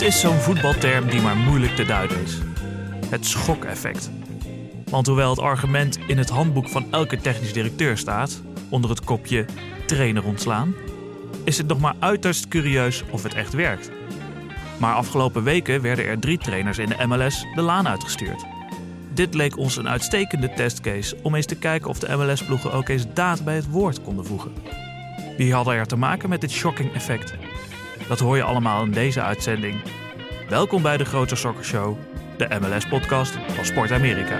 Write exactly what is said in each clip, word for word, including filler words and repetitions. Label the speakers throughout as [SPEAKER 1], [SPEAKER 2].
[SPEAKER 1] Het is zo'n voetbalterm die maar moeilijk te duiden is. Het schokeffect. Want hoewel het argument in het handboek van elke technisch directeur staat, onder het kopje trainer ontslaan, is het nog maar uiterst curieus of het echt werkt. Maar afgelopen weken werden er drie trainers in de M L S de laan uitgestuurd. Dit leek ons een uitstekende testcase om eens te kijken of de M L S-ploegen ook eens daad bij het woord konden voegen. Wie hadden er te maken met dit shocking effect? Dat hoor je allemaal in deze uitzending. Welkom bij de Grote Soccer Show, de M L S-podcast van Sport Amerika.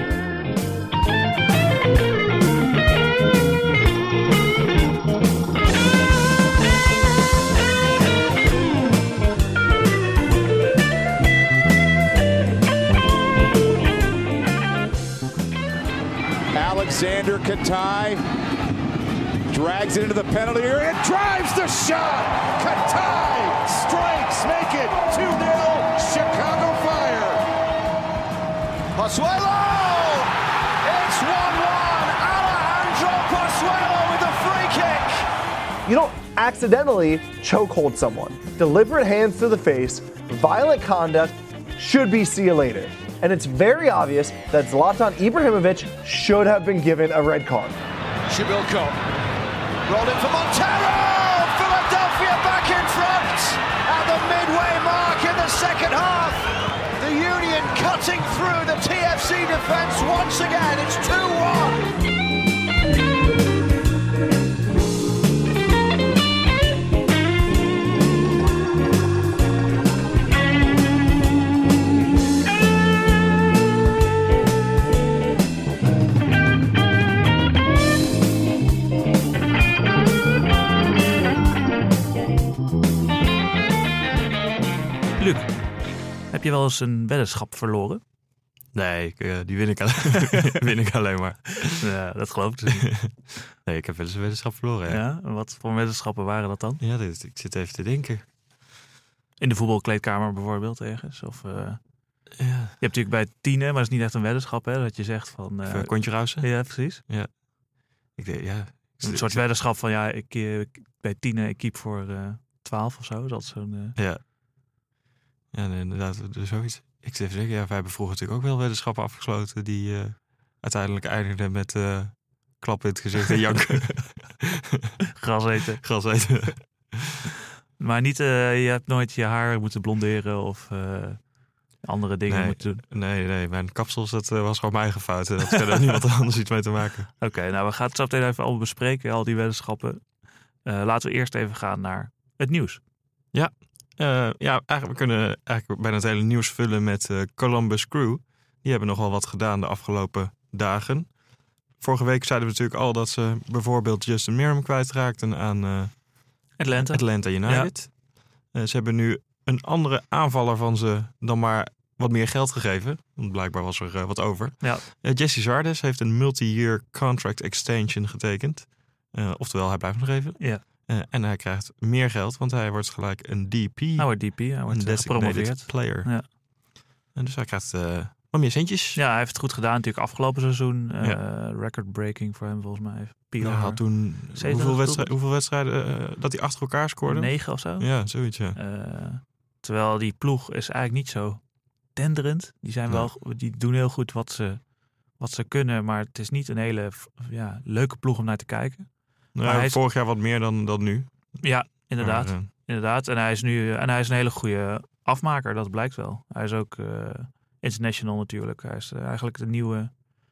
[SPEAKER 2] Alexander Katai drags it into the penalty area and drives the shot. Katai strikes, make it two nil Chicago Fire.
[SPEAKER 3] Pozuelo! It's one one. Alejandro Pozuelo with a free kick.
[SPEAKER 4] You don't accidentally chokehold someone. Deliberate hands to the face, violent conduct should be see you later. And it's very obvious that Zlatan Ibrahimovic should have been given a red card.
[SPEAKER 3] Shibilko rolled in for Montero. Philadelphia back in front at the midway mark in the second half. The Union cutting through the T F C defense once again. It's two one.
[SPEAKER 1] Luc, heb je wel eens een weddenschap verloren?
[SPEAKER 5] Nee, ik, uh, die win ik, alleen, win ik alleen maar.
[SPEAKER 1] Ja, dat geloof ik dus niet.
[SPEAKER 5] Nee, ik heb wel eens een weddenschap verloren. Ja.
[SPEAKER 1] Ja, en wat voor weddenschappen waren dat dan?
[SPEAKER 5] Ja, dit, ik zit even te denken.
[SPEAKER 1] In de voetbalkleedkamer bijvoorbeeld ergens? Of, uh,
[SPEAKER 5] Ja.
[SPEAKER 1] Je hebt natuurlijk bij tienen, maar dat is niet echt een weddenschap, hè? Dat je zegt van... Uh,
[SPEAKER 5] Even kontje rausen?
[SPEAKER 1] Ja, precies.
[SPEAKER 5] Ja. Ik denk, ja.
[SPEAKER 1] Een soort weddenschap van, ja, ik, ik bij tienen, ik keep voor uh, twaalf of zo. Dat is zo'n... Uh...
[SPEAKER 5] Ja. Ja, nee, inderdaad, dus zoiets. Ik zeg, ja, wij hebben vroeger natuurlijk ook wel weddenschappen afgesloten die uh, uiteindelijk eindigden met uh, klap in het gezicht en janken.
[SPEAKER 1] Gras eten.
[SPEAKER 5] Gras eten.
[SPEAKER 1] Maar niet, uh, je hebt nooit je haar moeten blonderen of uh, andere dingen
[SPEAKER 5] nee,
[SPEAKER 1] moeten doen.
[SPEAKER 5] Nee, nee, mijn kapsels, dat uh, was gewoon mijn eigen fout. Dat had er niemand anders iets mee te maken.
[SPEAKER 1] Oké, okay, nou we gaan het zo meteen even allemaal bespreken, al die weddenschappen. Uh, laten we eerst even gaan naar het nieuws.
[SPEAKER 5] Ja. Uh, ja, eigenlijk, we kunnen eigenlijk bijna het hele nieuws vullen met uh, Columbus Crew. Die hebben nogal wat gedaan de afgelopen dagen. Vorige week zeiden we natuurlijk al dat ze bijvoorbeeld Justin Meram kwijtraakten aan uh,
[SPEAKER 1] Atlanta.
[SPEAKER 5] Atlanta United. Ja. Uh, ze hebben nu een andere aanvaller van ze dan maar wat meer geld gegeven. Want blijkbaar was er uh, wat over.
[SPEAKER 1] Ja.
[SPEAKER 5] Uh, Jesse Zardes heeft een multi-year contract extension getekend. Uh, oftewel, hij blijft nog even.
[SPEAKER 1] Ja.
[SPEAKER 5] Uh, en hij krijgt meer geld, want hij wordt gelijk een D P.
[SPEAKER 1] Hij wordt D P, hij wordt
[SPEAKER 5] een
[SPEAKER 1] gepromoveerd.
[SPEAKER 5] Player.
[SPEAKER 1] Ja.
[SPEAKER 5] En dus hij krijgt uh, wat meer centjes.
[SPEAKER 1] Ja, hij heeft het goed gedaan natuurlijk afgelopen seizoen. Uh,
[SPEAKER 5] ja.
[SPEAKER 1] Record-breaking voor hem volgens mij. P R.
[SPEAKER 5] Ja, had toen hoeveel, wedstrijd, hoeveel wedstrijden uh, dat hij achter elkaar scoorde?
[SPEAKER 1] Negen of zo.
[SPEAKER 5] Ja, zoiets, ja.
[SPEAKER 1] Uh, terwijl die ploeg is eigenlijk niet zo denderend. Die, zijn wel, ja. die doen heel goed wat ze, wat ze kunnen, maar het is niet een hele ja, leuke ploeg om naar te kijken.
[SPEAKER 5] Nou, hij is... Vorig jaar wat meer dan, dan nu.
[SPEAKER 1] Ja, inderdaad.
[SPEAKER 5] Maar, uh...
[SPEAKER 1] inderdaad. En hij is nu en hij is een hele goede afmaker, dat blijkt wel. Hij is ook uh, international natuurlijk. Hij is uh, eigenlijk de nieuwe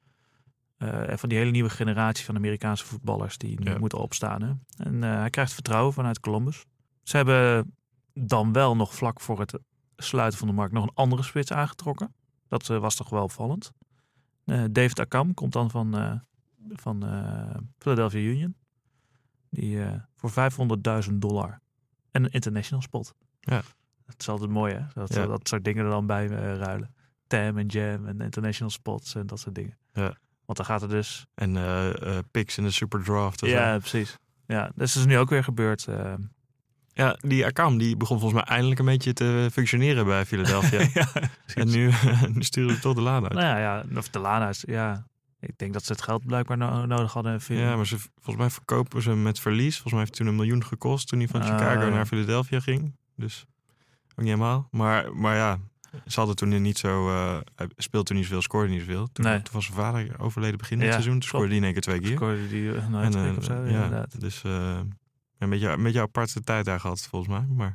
[SPEAKER 1] uh, van die hele nieuwe generatie van Amerikaanse voetballers die nu ja. moeten opstaan. Hè? En uh, hij krijgt vertrouwen vanuit Columbus. Ze hebben dan wel nog vlak voor het sluiten van de markt nog een andere spits aangetrokken. Dat uh, was toch wel opvallend. Uh, David Accam komt dan van, uh, van uh, Philadelphia Union. Die uh, voor vijfhonderdduizend dollar. En een international spot.
[SPEAKER 5] Ja.
[SPEAKER 1] Dat is altijd mooi, hè? Dat, ja. dat soort dingen er dan bij uh, ruilen. Tam en Jam en international spots en dat soort dingen.
[SPEAKER 5] Ja.
[SPEAKER 1] Want dan gaat er dus...
[SPEAKER 5] En uh, uh, picks in de super draft.
[SPEAKER 1] Ja, zo. Precies. Ja, dat is dus nu ook weer gebeurd. Uh...
[SPEAKER 5] Ja, die Accam die begon volgens mij eindelijk een beetje te functioneren bij Philadelphia. Ja, en nu, nu sturen ze toch de laan uit.
[SPEAKER 1] Nou ja, ja, of de laan uit, ja. Ik denk dat ze het geld blijkbaar no- nodig hadden.
[SPEAKER 5] Ja, maar ze, volgens mij verkopen ze met verlies. Volgens mij heeft het toen een miljoen gekost toen hij van Chicago uh, naar Philadelphia ging. Dus ook niet helemaal. Maar, maar ja, ze hadden toen niet zo... Uh, hij speelde toen niet zoveel, scoorde niet zoveel. Toen,
[SPEAKER 1] Nee.
[SPEAKER 5] toen was zijn vader overleden begin dit
[SPEAKER 1] Ja,
[SPEAKER 5] seizoen. Toen scoorde hij in één keer twee keer.
[SPEAKER 1] Scoorde die uh, een
[SPEAKER 5] En,
[SPEAKER 1] uittrek
[SPEAKER 5] uh,
[SPEAKER 1] of zo,
[SPEAKER 5] ja,
[SPEAKER 1] inderdaad.
[SPEAKER 5] dus uh, een beetje een beetje aparte tijd daar gehad, volgens mij. Maar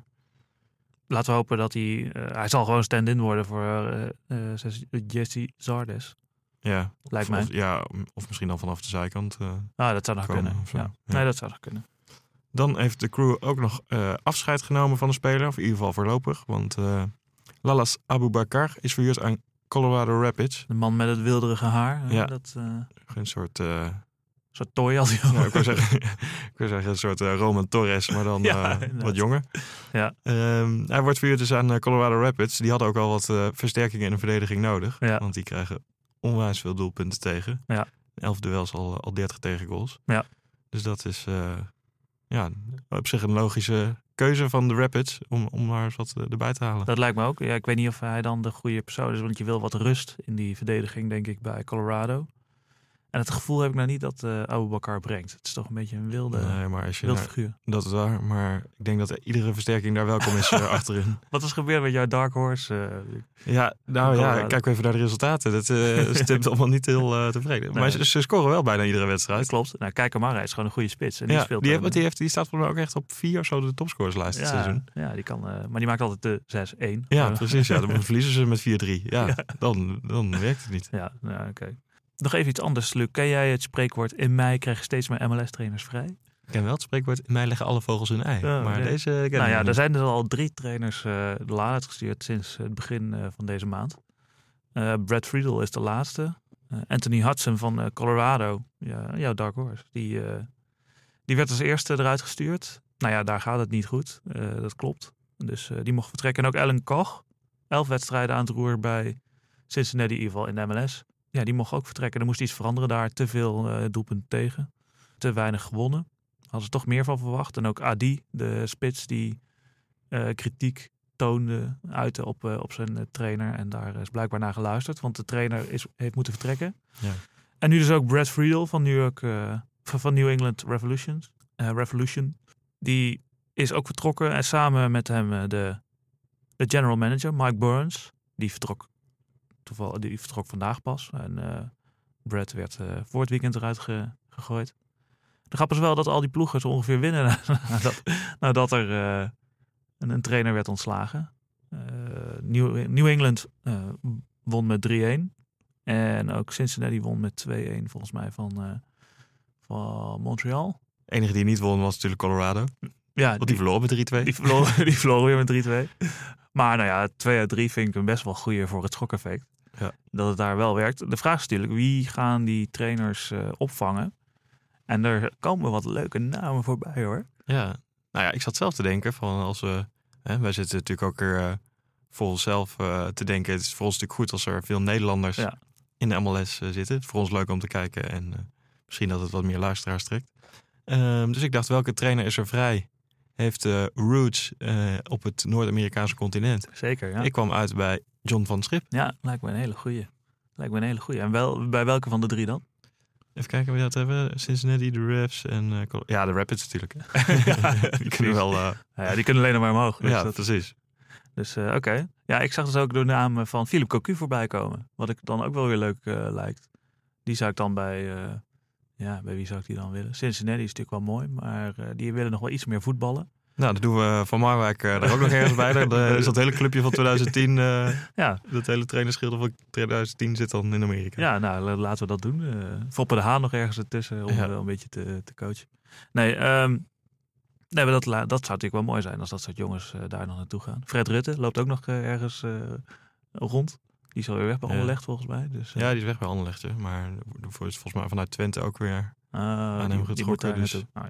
[SPEAKER 1] Laten we hopen dat hij... Uh, hij zal gewoon stand-in worden voor uh, uh, Jesse Zardes.
[SPEAKER 5] ja,
[SPEAKER 1] Lijkt
[SPEAKER 5] of,
[SPEAKER 1] mij.
[SPEAKER 5] Of, ja, of misschien dan vanaf de zijkant. Uh,
[SPEAKER 1] Ah, dat zou nog
[SPEAKER 5] komen,
[SPEAKER 1] kunnen.
[SPEAKER 5] of zo.
[SPEAKER 1] Ja.
[SPEAKER 5] Ja.
[SPEAKER 1] Nee, dat zou nog kunnen.
[SPEAKER 5] Dan heeft de crew ook nog uh, afscheid genomen van de speler. Of in ieder geval voorlopig. Want uh, Lalas Abubakar is verhuurd aan Colorado Rapids.
[SPEAKER 1] De man met het wilderige haar.
[SPEAKER 5] Ja.
[SPEAKER 1] Dat, uh,
[SPEAKER 5] Een soort... Uh,
[SPEAKER 1] soort tooi als hij
[SPEAKER 5] ja, ik, wil zeggen, ik wil zeggen een soort uh, Roman Torres, maar dan
[SPEAKER 1] Ja,
[SPEAKER 5] uh, wat jonger.
[SPEAKER 1] Ja.
[SPEAKER 5] Um, hij wordt verhuurd dus aan uh, Colorado Rapids. Die hadden ook al wat uh, versterkingen in de verdediging nodig.
[SPEAKER 1] Ja.
[SPEAKER 5] Want die krijgen onwijs veel doelpunten tegen.
[SPEAKER 1] Ja.
[SPEAKER 5] elf duels al, al dertig tegengoals.
[SPEAKER 1] Ja.
[SPEAKER 5] Dus dat is uh, ja, op zich een logische keuze van de Rapids om, om maar eens wat uh, erbij te halen.
[SPEAKER 1] Dat lijkt me ook. Ja, ik weet niet of hij dan de goede persoon is, want je wil wat rust in die verdediging, denk ik, bij Colorado. En het gevoel heb ik nou niet dat uh, Abubakar brengt. Het is toch een beetje een wilde,
[SPEAKER 5] nee, maar als je
[SPEAKER 1] wilde
[SPEAKER 5] naar,
[SPEAKER 1] figuur.
[SPEAKER 5] Dat is waar, maar ik denk dat iedere versterking daar welkom is uh, achterin.
[SPEAKER 1] Wat is gebeurd met jouw Dark Horse? Uh,
[SPEAKER 5] Ja, nou
[SPEAKER 1] Colorado.
[SPEAKER 5] ja, kijk even naar de resultaten. Dat uh, stemt allemaal niet heel uh, tevreden.
[SPEAKER 1] Nee.
[SPEAKER 5] Maar ze, ze scoren wel bijna iedere wedstrijd.
[SPEAKER 1] dat klopt. Nou, kijk maar, hij is gewoon een goede spits. En die
[SPEAKER 5] Ja,
[SPEAKER 1] speelt
[SPEAKER 5] die,
[SPEAKER 1] dan,
[SPEAKER 5] heeft, die, heeft, die staat voor mij ook echt op vier of zo de topscorerslijst dit
[SPEAKER 1] ja,
[SPEAKER 5] seizoen.
[SPEAKER 1] ja, die kan, uh, maar die maakt altijd de zes-één.
[SPEAKER 5] Ja,
[SPEAKER 1] Uh,
[SPEAKER 5] precies. Ja, dan verliezen ze met vier drie. Ja,
[SPEAKER 1] Ja.
[SPEAKER 5] Dan, dan werkt het niet.
[SPEAKER 1] Ja, nou, oké. Okay. Nog even iets anders, Luc. Ken jij het spreekwoord in mei krijgen steeds meer M L S-trainers vrij?
[SPEAKER 5] Ik ken wel het spreekwoord, in mij leggen alle vogels hun ei.
[SPEAKER 1] Ja,
[SPEAKER 5] maar
[SPEAKER 1] ja.
[SPEAKER 5] deze ken ik
[SPEAKER 1] Nou ja,
[SPEAKER 5] nog
[SPEAKER 1] er
[SPEAKER 5] niet.
[SPEAKER 1] zijn dus al drie trainers uh, de laan uitgestuurd sinds het begin uh, van deze maand. Uh, Brad Friedel is de laatste. Uh, Anthony Hudson van uh, Colorado, ja, jouw Dark Horse, die, uh, die werd als eerste eruit gestuurd. Nou ja, daar gaat het niet goed. Uh, dat klopt. Dus uh, die mocht vertrekken. En ook Alan Koch, elf wedstrijden aan het roer bij Cincinnati in ieder geval in de M L S. Ja, die mocht ook vertrekken. Er moest iets veranderen daar. Te veel uh, doelpunten tegen. Te weinig gewonnen. Hadden ze toch meer van verwacht. En ook Adi, de spits, die uh, kritiek toonde, uitte op, uh, op zijn uh, trainer. En daar is blijkbaar naar geluisterd. Want de trainer is, heeft moeten vertrekken.
[SPEAKER 5] Ja.
[SPEAKER 1] En nu dus ook Brad Friedel van New York, uh, van New England Revolutions, uh, Revolution. Die is ook vertrokken. En samen met hem uh, de, de general manager, Mike Burns. Die vertrok, toevallig, die vertrok vandaag pas. En uh, Brad werd uh, voor het weekend eruit ge, gegooid. De grap is wel dat al die ploegen zo ongeveer winnen nadat, nadat er uh, een, een trainer werd ontslagen. Uh, New, New England uh, won met drie-een. En ook Cincinnati won met twee-een volgens mij van, uh, van Montreal.
[SPEAKER 5] De enige die niet won was natuurlijk Colorado.
[SPEAKER 1] Ja,
[SPEAKER 5] Want die verloor met drie-twee.
[SPEAKER 1] Die verloren, die verloren weer met drie-twee. Maar nou ja, twee uit drie vind ik een best wel goeie voor het schokeffect.
[SPEAKER 5] Ja.
[SPEAKER 1] Dat het daar wel werkt. De vraag is natuurlijk, wie gaan die trainers uh, opvangen? En er komen wat leuke namen voorbij hoor.
[SPEAKER 5] Ja, nou ja, ik zat zelf te denken van als we... Hè, wij zitten natuurlijk ook er uh, voor onszelf uh, te denken. Het is voor ons natuurlijk goed als er veel Nederlanders
[SPEAKER 1] Ja.
[SPEAKER 5] in de M L S uh, zitten. Het is voor ons leuk om te kijken en uh, misschien dat het wat meer luisteraars trekt. Um, dus ik dacht, welke trainer is er vrij? Heeft uh, roots uh, op het Noord-Amerikaanse continent.
[SPEAKER 1] Zeker, ja.
[SPEAKER 5] Ik kwam uit bij John van Schip.
[SPEAKER 1] Ja, lijkt me een hele goeie. Lijkt me een hele goeie. En wel, bij welke van de drie dan?
[SPEAKER 5] Even kijken, wie dat hebben. Cincinnati, de Revs en... Uh, Col- ja, de Rapids natuurlijk.
[SPEAKER 1] Ja,
[SPEAKER 5] die kunnen wel... Uh,
[SPEAKER 1] ja, die kunnen alleen nog maar omhoog. Dus
[SPEAKER 5] ja,
[SPEAKER 1] dat,
[SPEAKER 5] precies.
[SPEAKER 1] Dus uh, oké. Okay. Ja, ik zag dus ook de naam van Philippe Cocu voorbij komen. Wat ik dan ook wel weer leuk uh, lijkt. Die zou ik dan bij... Uh, ja, bij wie zou ik die dan willen? Cincinnati is natuurlijk wel mooi. Maar uh, die willen nog wel iets meer voetballen.
[SPEAKER 5] Nou, dat doen we van Marwijk uh, er ook nog ergens bij. Daar is dat hele clubje van twintig tien. Uh,
[SPEAKER 1] ja.
[SPEAKER 5] Dat hele trainerschilder van twintig tien zit dan in Amerika.
[SPEAKER 1] Ja, nou, laten we dat doen. Uh, Foppe de Haan nog ergens ertussen om ja. wel een beetje te, te coachen. Nee, um, nee maar dat, dat zou natuurlijk wel mooi zijn als dat soort jongens uh, daar nog naartoe gaan. Fred Rutte loopt ook nog uh, ergens uh, rond. Die is alweer weg bij Anderlecht ja. volgens mij. Dus, uh,
[SPEAKER 5] ja, die is weg bij Anderlecht. Ja. Maar volgens mij vanuit Twente ook weer
[SPEAKER 1] uh,
[SPEAKER 5] aan hem getrokken. Dus.
[SPEAKER 1] Oh, ja.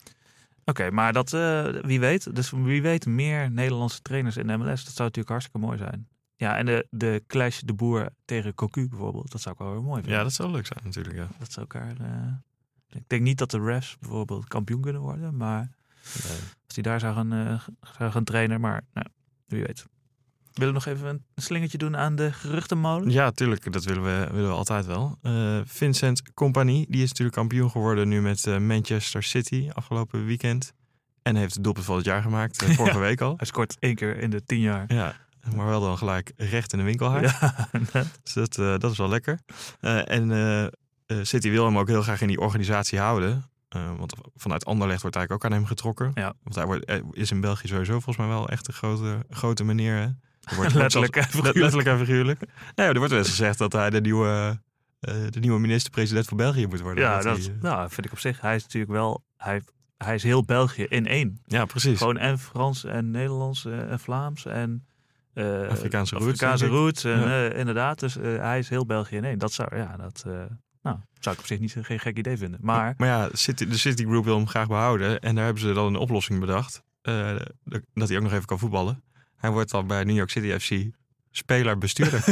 [SPEAKER 1] Oké, okay, maar dat, uh, wie weet, dus wie weet meer Nederlandse trainers in de M L S. Dat zou natuurlijk hartstikke mooi zijn. Ja, en de, de clash de Boer tegen Cocu bijvoorbeeld, dat zou ik wel weer mooi vinden.
[SPEAKER 5] Ja, dat zou leuk zijn natuurlijk, ja.
[SPEAKER 1] Dat zou elkaar... Uh, ik denk niet dat de Refs bijvoorbeeld kampioen kunnen worden, maar nee. Als die daar zou gaan, uh, zou gaan trainen, maar nou, wie weet. Willen we nog even een slingertje doen aan de geruchtenmolen?
[SPEAKER 5] Ja, tuurlijk. Dat willen we, willen we altijd wel. Uh, Vincent Kompany, die is natuurlijk kampioen geworden nu met uh, Manchester City afgelopen weekend. En heeft het doelpunt van het jaar gemaakt, uh, vorige ja, week al.
[SPEAKER 1] Hij scoort één keer in de tien jaar.
[SPEAKER 5] Ja, maar wel dan gelijk recht in de winkelhaar. Ja, dus dat, uh, dat is wel lekker. Uh, en uh, uh, City wil hem ook heel graag in die organisatie houden. Uh, want vanuit Anderlecht wordt eigenlijk ook aan hem getrokken. Ja. Want hij, wordt, hij is in België sowieso volgens mij wel echt een grote, grote meneer. Hè?
[SPEAKER 1] Wordt letterlijk, zelfs, en
[SPEAKER 5] letterlijk en figuurlijk. Nee, er wordt wel eens gezegd dat hij de nieuwe, uh, de nieuwe minister-president van België moet worden.
[SPEAKER 1] Ja, dat, dat
[SPEAKER 5] hij, uh...
[SPEAKER 1] nou, vind ik op zich. Hij is natuurlijk wel... Hij, hij is heel België in één.
[SPEAKER 5] Ja, precies.
[SPEAKER 1] Gewoon en Frans en Nederlands uh, en Vlaams en...
[SPEAKER 5] Uh, Afrikaanse roots.
[SPEAKER 1] Afrikaanse roots, en, ja. uh, inderdaad. Dus uh, hij is heel België in één. Dat zou, ja, dat... Uh, Nou, zou ik op zich niet geen gek idee vinden. Maar,
[SPEAKER 5] maar ja, City, de City Group wil hem graag behouden. En daar hebben ze dan een oplossing bedacht. Uh, dat hij ook nog even kan voetballen. Hij wordt dan bij New York City F C speler-bestuurder.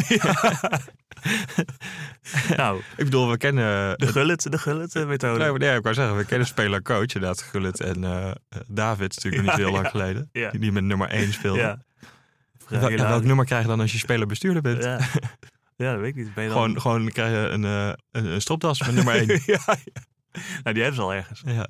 [SPEAKER 1] Nou,
[SPEAKER 5] ik bedoel, we kennen...
[SPEAKER 1] De Gullit, de Gullit-methode.
[SPEAKER 5] Nee, nee, ik wou zeggen, we kennen speler-coach. Inderdaad, Gullit en uh, David, natuurlijk ja, niet heel ja, lang geleden. Ja. Die, die met nummer één speelde. Ja. Wel, en welk nummer krijg je dan als je speler-bestuurder bent?
[SPEAKER 1] Ja. Ja, dat weet ik niet. Ben je
[SPEAKER 5] dan... gewoon, gewoon krijg je een, uh, een, een stropdas met nummer één.
[SPEAKER 1] ja, ja. Nou, die hebben ze al ergens.
[SPEAKER 5] Ja,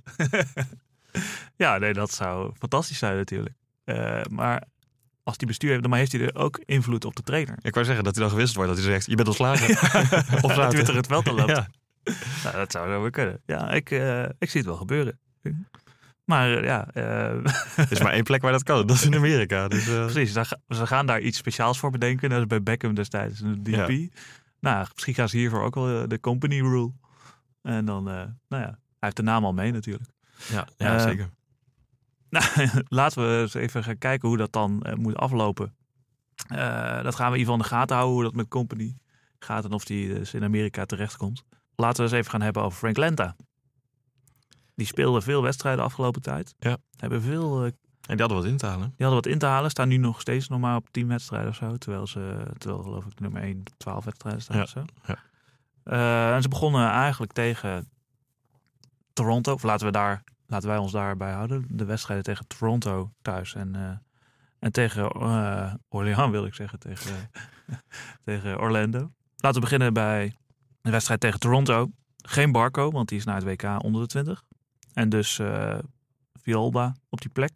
[SPEAKER 1] ja nee, dat zou fantastisch zijn natuurlijk. Uh, maar als die bestuur heeft, dan heeft hij er ook invloed op de trainer.
[SPEAKER 5] Ik wou zeggen dat hij dan gewisseld wordt. Dat hij zegt, je bent ontslagen.
[SPEAKER 1] Of dat hij weer het veld te loopt. Ja. Nou, dat zou zo weer kunnen. Ja, ik, uh, ik zie het wel gebeuren. Maar uh, ja... Uh...
[SPEAKER 5] er is maar één plek waar dat kan. Dat is in Amerika. Dus, uh...
[SPEAKER 1] Precies. Ze gaan daar iets speciaals voor bedenken. Dat is bij Beckham destijds een D P. Ja. Nou, misschien gaan ze hiervoor ook wel de company rule. En dan, uh, nou ja, hij heeft de naam al mee natuurlijk.
[SPEAKER 5] Ja, ja uh, zeker.
[SPEAKER 1] Nou, laten we eens even gaan kijken hoe dat dan uh, moet aflopen. Uh, dat gaan we in ieder geval in de gaten houden, hoe dat met company gaat en of die dus in Amerika terechtkomt. Laten we eens even gaan hebben over Frank Lenta. Die speelde veel wedstrijden de afgelopen tijd.
[SPEAKER 5] Ja.
[SPEAKER 1] Hebben veel... Uh,
[SPEAKER 5] en die hadden wat in te halen.
[SPEAKER 1] Die hadden wat in te halen. Staan nu nog steeds nog maar op tien wedstrijden of zo. Terwijl ze, terwijl geloof ik nummer één, twaalf wedstrijden staan
[SPEAKER 5] ja.
[SPEAKER 1] of zo.
[SPEAKER 5] Ja.
[SPEAKER 1] Uh, en ze begonnen eigenlijk tegen Toronto. Of laten we, daar, laten wij ons daarbij houden. De wedstrijden tegen Toronto thuis. En, uh, en tegen uh, Orléans wil ik zeggen. Tegen, uh, tegen Orlando. Laten we beginnen bij de wedstrijd tegen Toronto. Geen Barco, want die is naar het W K onder de twintig. En dus uh, Villalba op die plek.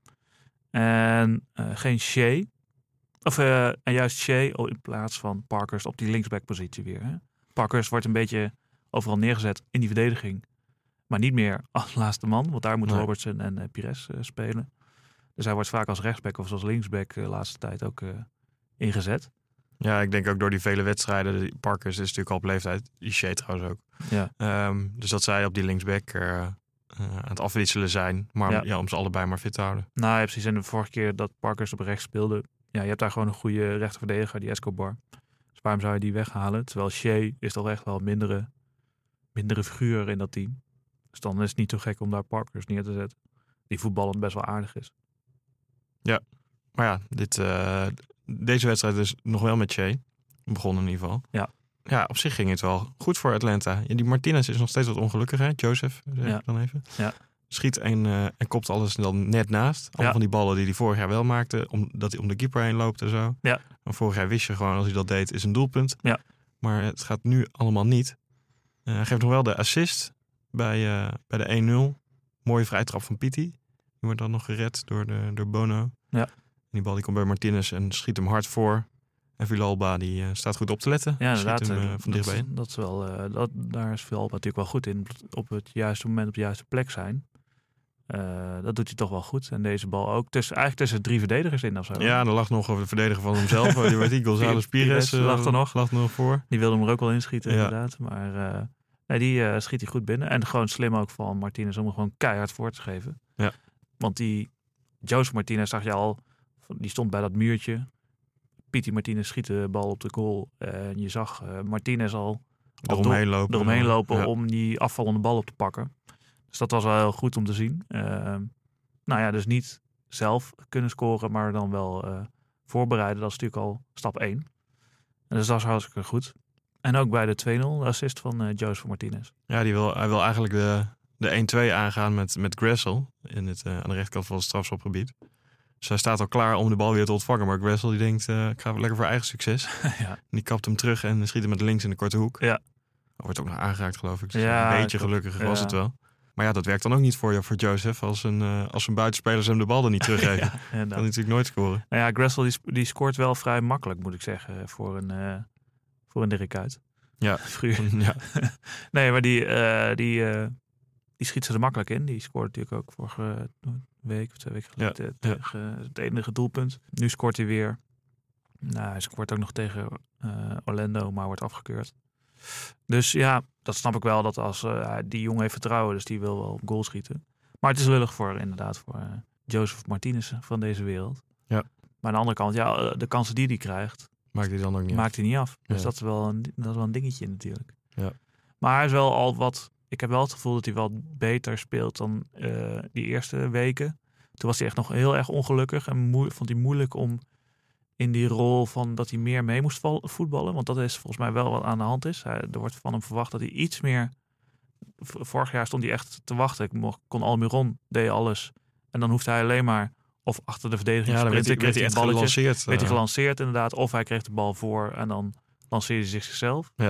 [SPEAKER 1] En uh, geen Shea. Of uh, en juist Shea in plaats van Parkhurst op die linksbackpositie weer. Hè? Parkhurst wordt een beetje overal neergezet in die verdediging. Maar niet meer als laatste man. Want daar moeten nee. Robertson en uh, Pires uh, spelen. Dus hij wordt vaak als rechtsback of als linksback de uh, laatste tijd ook uh, ingezet.
[SPEAKER 5] Ja, ik denk ook door die vele wedstrijden. Parkhurst is natuurlijk al op leeftijd. Shea trouwens ook.
[SPEAKER 1] Ja.
[SPEAKER 5] Um, dus dat zij op die linksback... Uh, Uh, aan het afwisselen zijn, maar ja. Ja, om ze allebei maar fit te houden.
[SPEAKER 1] Nou ja, precies. En de vorige keer dat Parkhurst op rechts speelde, ja, je hebt daar gewoon een goede rechterverdediger, die Escobar. Dus waarom zou je die weghalen? Terwijl Shea is toch echt wel een mindere, mindere figuur in dat team. Dus dan is het niet zo gek om daar Parkhurst neer te zetten. Die voetballend best wel aardig is.
[SPEAKER 5] Ja, maar ja, dit, uh, deze wedstrijd is nog wel met Shea. Begonnen in ieder geval.
[SPEAKER 1] Ja.
[SPEAKER 5] Ja, op zich ging het wel goed voor Atlanta. Ja, die Martinez is nog steeds wat ongelukkig, hè? Joseph, zeg
[SPEAKER 1] ja.
[SPEAKER 5] ik dan even.
[SPEAKER 1] Ja.
[SPEAKER 5] Schiet en, uh, en kopt alles dan net naast. Al ja. van die ballen die hij vorig jaar wel maakte, omdat hij om de keeper heen loopt en zo.
[SPEAKER 1] Ja.
[SPEAKER 5] En vorig jaar wist je gewoon, als hij dat deed, is een doelpunt.
[SPEAKER 1] Ja.
[SPEAKER 5] Maar het gaat nu allemaal niet. Uh, hij geeft nog wel de assist bij, uh, bij de één nul. Mooie vrijtrap van Pity. Die wordt dan nog gered door, de, door Bono.
[SPEAKER 1] Ja.
[SPEAKER 5] En die bal die komt bij Martinez en schiet hem hard voor. En Villalba die uh, staat goed op te letten.
[SPEAKER 1] Ja, inderdaad.
[SPEAKER 5] Hem, uh, van
[SPEAKER 1] dat,
[SPEAKER 5] dichtbij.
[SPEAKER 1] Dat is wel, uh, dat, daar is Villalba natuurlijk wel goed in. Op het juiste moment op de juiste plek zijn. Uh, dat doet hij toch wel goed. En deze bal ook. Tussen, eigenlijk tussen drie verdedigers in of zo.
[SPEAKER 5] Ja, er lag nog over de verdediger van hemzelf. Die werd die González Pires uh,
[SPEAKER 1] lag er nog.
[SPEAKER 5] Lag er nog voor.
[SPEAKER 1] Die wilde hem er ook wel inschieten, ja. Inderdaad. Maar uh, nee, die uh, schiet hij goed binnen. En gewoon slim ook van Martinez om hem gewoon keihard voor te geven.
[SPEAKER 5] Ja.
[SPEAKER 1] Want die Joseph Martinez zag je al. Die stond bij dat muurtje. Pity Martinez schiet de bal op de goal. Uh, en je zag uh, Martinez al
[SPEAKER 5] eromheen lopen,
[SPEAKER 1] eromheen lopen
[SPEAKER 5] ja.
[SPEAKER 1] om die afvallende bal op te pakken. Dus dat was wel heel goed om te zien. Uh, nou ja, dus niet zelf kunnen scoren, maar dan wel uh, voorbereiden. Dat is natuurlijk al stap één. En dus dat is hartstikke goed. En ook bij de twee nul de assist van uh, Joseph Martinez.
[SPEAKER 5] Ja, die wil, hij wil eigenlijk de, de één twee aangaan met, met Gressel in het, uh, aan de rechterkant van het strafschopgebied. Dus hij staat al klaar om de bal weer te ontvangen. Maar Gressel die denkt, uh, ik ga lekker voor eigen succes.
[SPEAKER 1] Ja.
[SPEAKER 5] En die kapt hem terug en schiet hem met links in de korte hoek.
[SPEAKER 1] Ja.
[SPEAKER 5] Wordt ook nog aangeraakt, geloof ik. Dus
[SPEAKER 1] ja,
[SPEAKER 5] een beetje gelukkig
[SPEAKER 1] ja.
[SPEAKER 5] was het wel. Maar ja, dat werkt dan ook niet voor je, voor Joseph. Als een, uh, als een buitenspelers hem de bal er niet teruggeven. Ja, kan hij natuurlijk nooit scoren.
[SPEAKER 1] Nou ja, Gressel die, die scoort wel vrij makkelijk, moet ik zeggen, voor een, uh, voor een Dirk Kuyt.
[SPEAKER 5] Ja.
[SPEAKER 1] ja. Nee, maar die, uh, die, uh, die schiet ze er makkelijk in. Die scoort natuurlijk ook vorige week of twee weken geleden ja. tegen ja. het enige doelpunt. Nu scoort hij weer. Nou, hij scoort ook nog tegen uh, Orlando, maar wordt afgekeurd. Dus ja, dat snap ik wel, dat als uh, die jongen heeft vertrouwen, dus die wil wel op goal schieten. Maar het is lullig voor inderdaad voor uh, Joseph Martinez van deze wereld.
[SPEAKER 5] Ja.
[SPEAKER 1] Maar aan de andere kant, ja, de kansen die hij krijgt,
[SPEAKER 5] maakt hij dan ook niet
[SPEAKER 1] maakt
[SPEAKER 5] af.
[SPEAKER 1] hij niet af. Dus
[SPEAKER 5] ja.
[SPEAKER 1] dat is wel een, dat is wel een dingetje natuurlijk.
[SPEAKER 5] Ja.
[SPEAKER 1] Maar hij is wel al wat. Ik heb wel het gevoel dat hij wel beter speelt dan uh, die eerste weken. Toen was hij echt nog heel erg ongelukkig en moe- vond hij moeilijk om in die rol van dat hij meer mee moest voetballen. Want dat is volgens mij wel wat aan de hand is. Hij, er wordt van hem verwacht dat hij iets meer... Vorig jaar stond hij echt te wachten. Ik mocht, kon Almiron, deed alles. En dan hoefde hij alleen maar of achter de verdediging
[SPEAKER 5] ja,
[SPEAKER 1] te
[SPEAKER 5] sprinten.
[SPEAKER 1] Werd hij echt gelanceerd. Werd hij
[SPEAKER 5] uh.
[SPEAKER 1] gelanceerd inderdaad. Of hij kreeg de bal voor en dan lanceerde hij zichzelf.
[SPEAKER 5] Ja.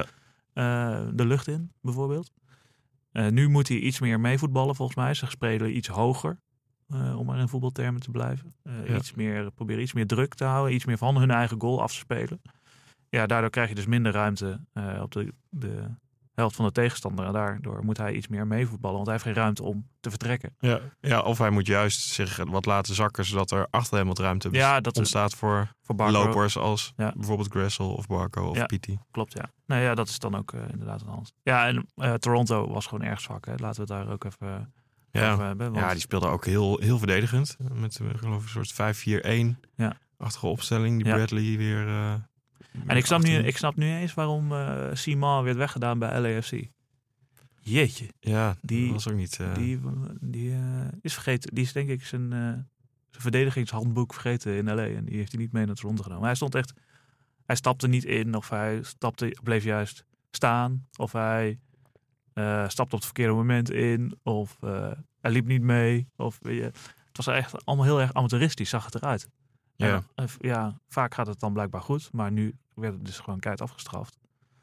[SPEAKER 1] Uh, de lucht in, bijvoorbeeld. Uh, nu moet hij iets meer meevoetballen volgens mij. Ze spelen iets hoger. Uh, om maar in voetbaltermen te blijven. Uh, ja. iets meer, proberen iets meer druk te houden. Iets meer van hun eigen goal af te spelen. Ja, daardoor krijg je dus minder ruimte uh, op de, de helft van de tegenstander. En daardoor moet hij iets meer meevoetballen. Want hij heeft geen ruimte om te vertrekken.
[SPEAKER 5] Ja, ja, of hij moet juist zich wat laten zakken. Zodat er achter hem wat ruimte
[SPEAKER 1] ja, dat
[SPEAKER 5] ontstaat is, voor, voor lopers als ja. bijvoorbeeld Gressel of Barco of
[SPEAKER 1] ja,
[SPEAKER 5] Pity.
[SPEAKER 1] Klopt, ja. Nou ja, dat is dan ook uh, inderdaad een hand. Ja, en uh, Toronto was gewoon erg zwak. Hè. Laten we het daar ook even... Uh,
[SPEAKER 5] Ja,
[SPEAKER 1] hebben, want...
[SPEAKER 5] ja, die speelde ook heel, heel verdedigend. Met geloof ik een soort vijf vier een
[SPEAKER 1] ja.
[SPEAKER 5] achtige opstelling. Die ja. Bradley weer... Uh,
[SPEAKER 1] en ik snap, nu, ik snap nu eens waarom uh, Simon werd weggedaan bij L A F C. Jeetje.
[SPEAKER 5] Ja,
[SPEAKER 1] die
[SPEAKER 5] dat was ook niet... Uh...
[SPEAKER 1] Die, die uh, is vergeten. Die is denk ik zijn, uh, zijn verdedigingshandboek vergeten in L A. En die heeft hij niet mee naar Toronto genomen. Hij stond echt... Hij stapte niet in of hij stapte, bleef juist staan. Of hij... Uh, stapte op het verkeerde moment in. Of uh, hij liep niet mee. Of, uh, het was echt allemaal heel erg amateuristisch, zag het eruit.
[SPEAKER 5] Ja.
[SPEAKER 1] En, uh, ja, vaak gaat het dan blijkbaar goed. Maar nu werd het dus gewoon keihard afgestraft.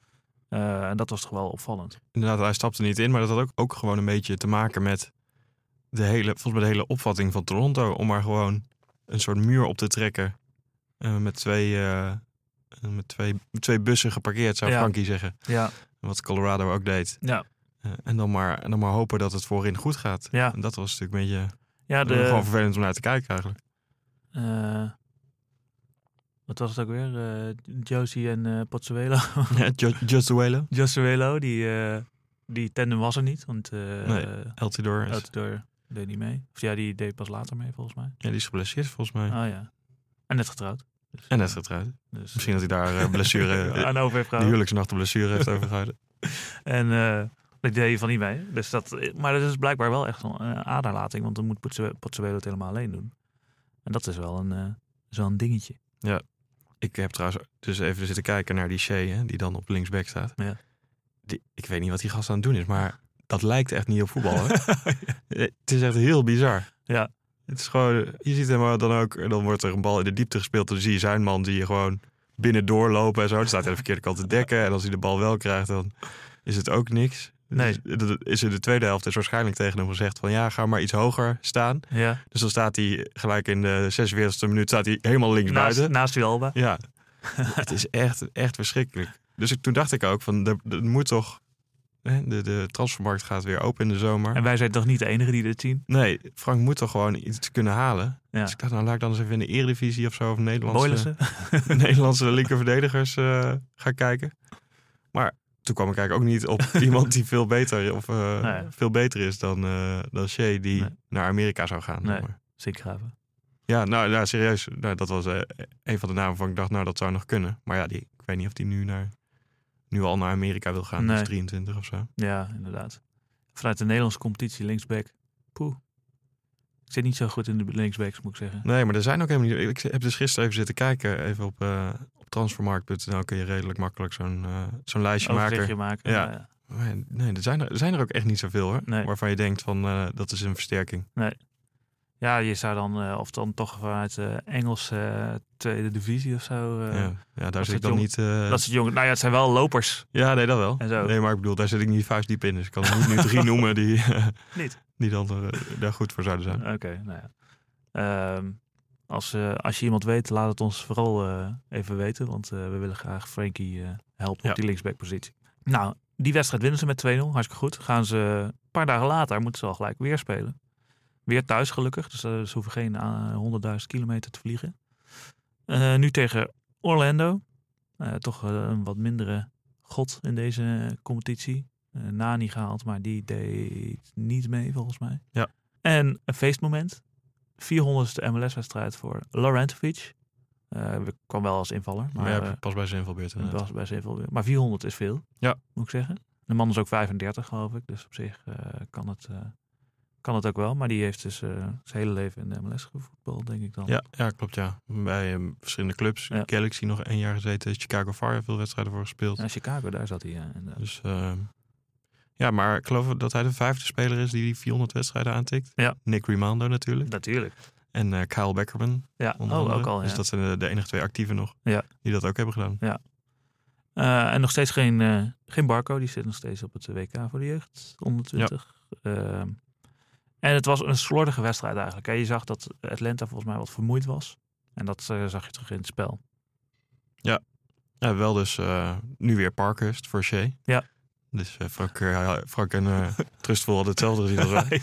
[SPEAKER 1] Uh, en dat was toch wel opvallend.
[SPEAKER 5] Inderdaad, hij stapte niet in. Maar dat had ook, ook gewoon een beetje te maken met de hele, volgens mij de hele opvatting van Toronto. Om maar gewoon een soort muur op te trekken. Uh, met, twee, uh, met twee, twee bussen geparkeerd, zou ja. Frankie zeggen.
[SPEAKER 1] Ja.
[SPEAKER 5] Wat Colorado ook deed.
[SPEAKER 1] Ja.
[SPEAKER 5] Uh, en, dan maar, en dan maar hopen dat het voorin goed gaat.
[SPEAKER 1] Ja.
[SPEAKER 5] En dat was natuurlijk een beetje...
[SPEAKER 1] Ja, de...
[SPEAKER 5] gewoon vervelend om naar te kijken eigenlijk.
[SPEAKER 1] Uh, wat was het ook weer? Uh, Josie en uh, Pozzuelo.
[SPEAKER 5] Ja, Josuelo.
[SPEAKER 1] Josuelo, die, uh, die tandem was er niet. Want uh,
[SPEAKER 5] nee, Eltidoor.
[SPEAKER 1] Eltidoor deed niet mee. Of ja, die deed pas later mee volgens mij.
[SPEAKER 5] Ja, die is geblesseerd volgens mij.
[SPEAKER 1] Ah ja. En net getrouwd.
[SPEAKER 5] Dus, en net getrouwd. Dus, Misschien dat hij daar uh, blessure...
[SPEAKER 1] aan over heeft
[SPEAKER 5] de huwelijksnacht de blessure heeft overgehouden.
[SPEAKER 1] En... Uh, dat deed je van niet mee. Dus dat, maar dat is blijkbaar wel echt een uh, aderlating. Want dan moet Pozzuelo het helemaal alleen doen. En dat is wel een, uh, is wel een dingetje.
[SPEAKER 5] Ja. Ik heb trouwens dus even zitten kijken naar die Shea, hè, die dan op linksback staat.
[SPEAKER 1] Ja.
[SPEAKER 5] Die, ik weet niet wat die gast aan het doen is, maar dat lijkt echt niet op voetbal. Hè? Ja. Het is echt heel bizar.
[SPEAKER 1] Ja.
[SPEAKER 5] Het is gewoon, je ziet hem dan ook, en dan wordt er een bal in de diepte gespeeld. Dan zie je zijn man, die je gewoon binnen doorlopen en zo. Dan staat hij aan de verkeerde kant te dekken. En als hij de bal wel krijgt, dan is het ook niks.
[SPEAKER 1] Nee.
[SPEAKER 5] Dus is in de tweede helft is waarschijnlijk tegen hem gezegd van ja, ga maar iets hoger staan.
[SPEAKER 1] Ja. Dus
[SPEAKER 5] dan staat hij gelijk in de zesenveertigste minuut staat hij helemaal links
[SPEAKER 1] naast,
[SPEAKER 5] buiten.
[SPEAKER 1] Naast Villalba.
[SPEAKER 5] Ja. Het is echt, echt verschrikkelijk. Dus ik, toen dacht ik ook van, er, er moet toch... Hè, de, de transfermarkt gaat weer open in de zomer.
[SPEAKER 1] En wij zijn toch niet de enige die dit zien?
[SPEAKER 5] Nee, Frank moet toch gewoon iets kunnen halen.
[SPEAKER 1] Ja.
[SPEAKER 5] Dus ik dacht, nou laat ik dan eens even in de Eredivisie of zo... of Nederlandse,
[SPEAKER 1] Boylissen.
[SPEAKER 5] Nederlandse linkerverdedigers uh, gaan kijken. Maar toen kwam ik eigenlijk ook niet op iemand die veel beter, of, uh, nee. veel beter is dan, uh, dan Shea... die nee. naar Amerika zou gaan.
[SPEAKER 1] Nee, Zinkgraven.
[SPEAKER 5] Ja, nou, nou serieus. Nou, dat was uh, een van de namen van ik dacht, nou dat zou nog kunnen. Maar ja, die, ik weet niet of die nu, naar, nu al naar Amerika wil gaan. Nee. Dus drieëntwintig of zo.
[SPEAKER 1] Ja, inderdaad. Vanuit de Nederlandse competitie linksback. Poeh. Ik zit niet zo goed in de linksbacks, moet ik zeggen.
[SPEAKER 5] Nee, maar er zijn ook helemaal niet... Ik heb dus gisteren even zitten kijken. Even op, uh, op transfermarkt punt n l kun je redelijk makkelijk zo'n, uh, zo'n lijstje maken.
[SPEAKER 1] maken.
[SPEAKER 5] Ja.
[SPEAKER 1] Ja, ja.
[SPEAKER 5] Maar nee, er zijn er, er zijn er ook echt niet zoveel hoor.
[SPEAKER 1] Nee.
[SPEAKER 5] Waarvan je denkt van uh, dat is een versterking.
[SPEAKER 1] Nee. Ja, je zou dan, uh, of dan toch vanuit de Engelse uh, tweede divisie of zo. Uh,
[SPEAKER 5] ja. ja, daar zit ik dan
[SPEAKER 1] jong,
[SPEAKER 5] niet... Uh...
[SPEAKER 1] Dat is het jongen. Nou ja, het zijn wel lopers.
[SPEAKER 5] Ja, nee, dat wel.
[SPEAKER 1] En zo.
[SPEAKER 5] Nee, maar ik bedoel, daar zit ik niet vuist diep in. Dus ik kan er niet nu drie noemen die, uh,
[SPEAKER 1] niet.
[SPEAKER 5] die dan uh, daar goed voor zouden zijn.
[SPEAKER 1] Oké, okay, nou ja. Uh, als, uh, als je iemand weet, laat het ons vooral uh, even weten. Want uh, we willen graag Frenkie uh, helpen ja. op die linksbackpositie. Nou, die wedstrijd winnen ze met twee nul. Hartstikke goed. Gaan ze een paar dagen later, moeten ze al gelijk weer spelen. Weer thuis gelukkig, dus uh, ze hoeven geen uh, honderdduizend kilometer te vliegen. Uh, nu tegen Orlando. Uh, toch uh, een wat mindere god in deze competitie. Uh, Nani gehaald, maar die deed niet mee volgens mij.
[SPEAKER 5] Ja.
[SPEAKER 1] En een feestmoment. vierhonderdste M L S-wedstrijd voor Laurentowicz. Uh, kwam wel als invaller. Maar
[SPEAKER 5] ja,
[SPEAKER 1] uh,
[SPEAKER 5] pas bij zijn invalbeurt.
[SPEAKER 1] Pas bij zijn invalbeurt. Maar vierhonderd is veel,
[SPEAKER 5] ja.
[SPEAKER 1] moet ik zeggen. De man is ook vijfendertig, geloof ik. Dus op zich uh, kan het... Uh, Kan het ook wel, maar die heeft dus uh, zijn hele leven in de M L S gevoetbald, denk ik dan.
[SPEAKER 5] Ja, ja klopt, ja. Bij um, verschillende clubs. Ja. Galaxy nog één jaar gezeten. Chicago Fire, veel wedstrijden voor gespeeld.
[SPEAKER 1] Ja, Chicago, daar zat hij, ja. Inderdaad.
[SPEAKER 5] Dus, uh, ja, maar ik geloof dat hij de vijfde speler is die die vierhonderd wedstrijden aantikt.
[SPEAKER 1] Ja.
[SPEAKER 5] Nick Rimando natuurlijk.
[SPEAKER 1] Natuurlijk.
[SPEAKER 5] En uh, Kyle Beckerman.
[SPEAKER 1] Ja, oh, ook al, ja.
[SPEAKER 5] Dus dat zijn de, de enige twee actieven nog
[SPEAKER 1] ja.
[SPEAKER 5] die dat ook hebben gedaan.
[SPEAKER 1] Ja. Uh, en nog steeds geen, uh, geen Barco, die zit nog steeds op het W K voor de jeugd, onder twintig. Ja. Uh, En het was een slordige wedstrijd eigenlijk. Je zag dat Atlanta volgens mij wat vermoeid was. En dat uh, zag je terug in het spel.
[SPEAKER 5] Ja, ja wel dus uh, nu weer Parkhurst voor Shea.
[SPEAKER 1] Ja.
[SPEAKER 5] Dus uh, Frank, uh, Frank en uh, Trustful hadden hetzelfde gezien als wij.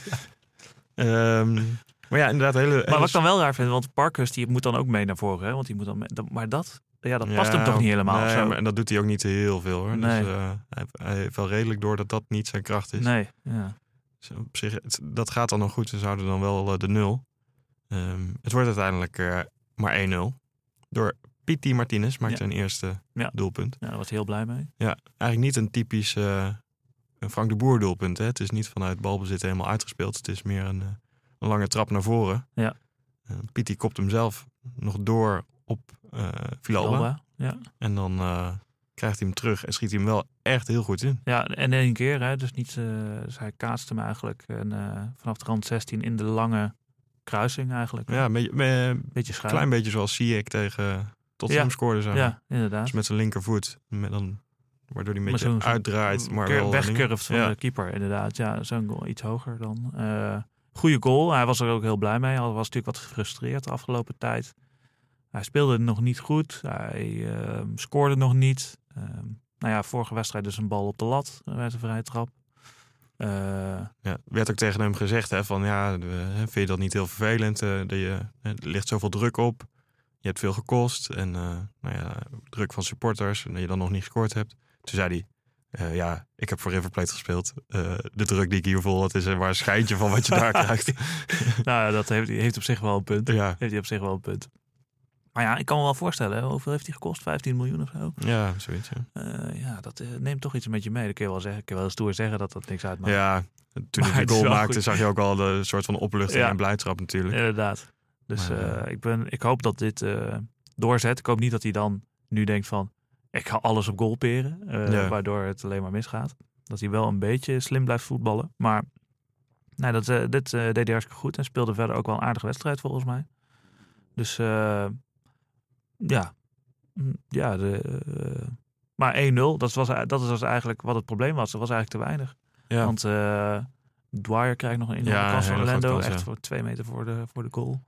[SPEAKER 5] ja. um, maar ja, inderdaad. Hele, hele...
[SPEAKER 1] Maar wat ik dan wel raar vind, want Parkhurst die moet dan ook mee naar voren. Hè? Want die moet dan mee, maar dat, ja, dat past ja, hem toch niet helemaal.
[SPEAKER 5] Nee,
[SPEAKER 1] zo.
[SPEAKER 5] Maar, en dat doet hij ook niet heel veel hoor.
[SPEAKER 1] Nee.
[SPEAKER 5] Dus uh, hij, hij heeft wel redelijk door dat dat niet zijn kracht is.
[SPEAKER 1] Nee, ja.
[SPEAKER 5] Dus op zich, het, dat gaat dan nog goed. Ze zouden dan wel uh, de nul. Um, het wordt uiteindelijk uh, maar één nul. Door Pity Martinez maakt ja. zijn eerste
[SPEAKER 1] ja.
[SPEAKER 5] doelpunt.
[SPEAKER 1] Ja, daar was hij heel blij mee.
[SPEAKER 5] Ja, eigenlijk niet een typisch uh, een Frank de Boer doelpunt. Hè. Het is niet vanuit balbezit helemaal uitgespeeld. Het is meer een, uh, een lange trap naar voren.
[SPEAKER 1] Ja.
[SPEAKER 5] Uh, Pity kopt hem zelf nog door op uh, Villalba.
[SPEAKER 1] Ja.
[SPEAKER 5] En dan uh, krijgt hij hem terug en schiet hij hem wel echt heel goed in.
[SPEAKER 1] Ja, en één keer. Hè, dus, niet, uh, dus hij kaatst hem eigenlijk en, uh, vanaf de rand zestien in de lange kruising eigenlijk.
[SPEAKER 5] Ja, een beetje, een
[SPEAKER 1] beetje schuin.
[SPEAKER 5] Klein beetje zoals Ziyech tegen Tottenham ja. scoorde. Zeg maar.
[SPEAKER 1] Ja, inderdaad.
[SPEAKER 5] Dus met zijn linkervoet. Met dan, waardoor hij een beetje zo, uitdraait. Maar wel
[SPEAKER 1] wegcurft van ja. de keeper, inderdaad. Ja, zo'n goal iets hoger dan. Uh, goeie goal. Hij was er ook heel blij mee. Hij was natuurlijk wat gefrustreerd de afgelopen tijd. Hij speelde nog niet goed. Hij uh, scoorde nog niet. Uh, nou ja, vorige wedstrijd dus een bal op de lat. Werd een vrije trap. Uh,
[SPEAKER 5] ja, werd ook tegen hem gezegd hè, van ja, vind je dat niet heel vervelend? Uh, dat je, er ligt zoveel druk op. Je hebt veel gekost. En uh, nou ja, druk van supporters. En dat je dan nog niet gescoord hebt. Toen zei hij, uh, ja, ik heb voor River Plate gespeeld. Uh, de druk die ik hier voel, dat is een waar schijntje van wat je daar krijgt.
[SPEAKER 1] Nou, dat heeft, heeft op zich wel een punt.
[SPEAKER 5] Ja.
[SPEAKER 1] Heeft hij op zich wel een punt. Maar ja, ik kan me wel voorstellen, hè? Hoeveel heeft hij gekost? vijftien miljoen of zo?
[SPEAKER 5] Ja, zoiets. Ja,
[SPEAKER 1] uh, ja dat uh, neemt toch iets met je mee. Dat kun je wel zeggen. Ik kan wel stoer zeggen dat dat niks uitmaakt.
[SPEAKER 5] Ja, toen hij de goal maakte, goed. Zag je ook al de soort van opluchting ja. en blijdschap natuurlijk.
[SPEAKER 1] Inderdaad. Dus maar, uh, ik, ben, ik hoop dat dit uh, doorzet. Ik hoop niet dat hij dan nu denkt van, ik ga alles op goal peren. Uh, ja. Waardoor het alleen maar misgaat. Dat hij wel een beetje slim blijft voetballen. Maar nee, dat, uh, dit uh, deed hij hartstikke goed. En speelde verder ook wel een aardige wedstrijd volgens mij. Dus uh, ja, ja de, uh, maar één nul, dat was, dat was eigenlijk wat het probleem was. Dat was eigenlijk te weinig. Ja. Want uh, Dwyer krijgt nog een enorme ja, kans van Orlando. Kans, echt ja. voor twee meter voor de, voor de goal.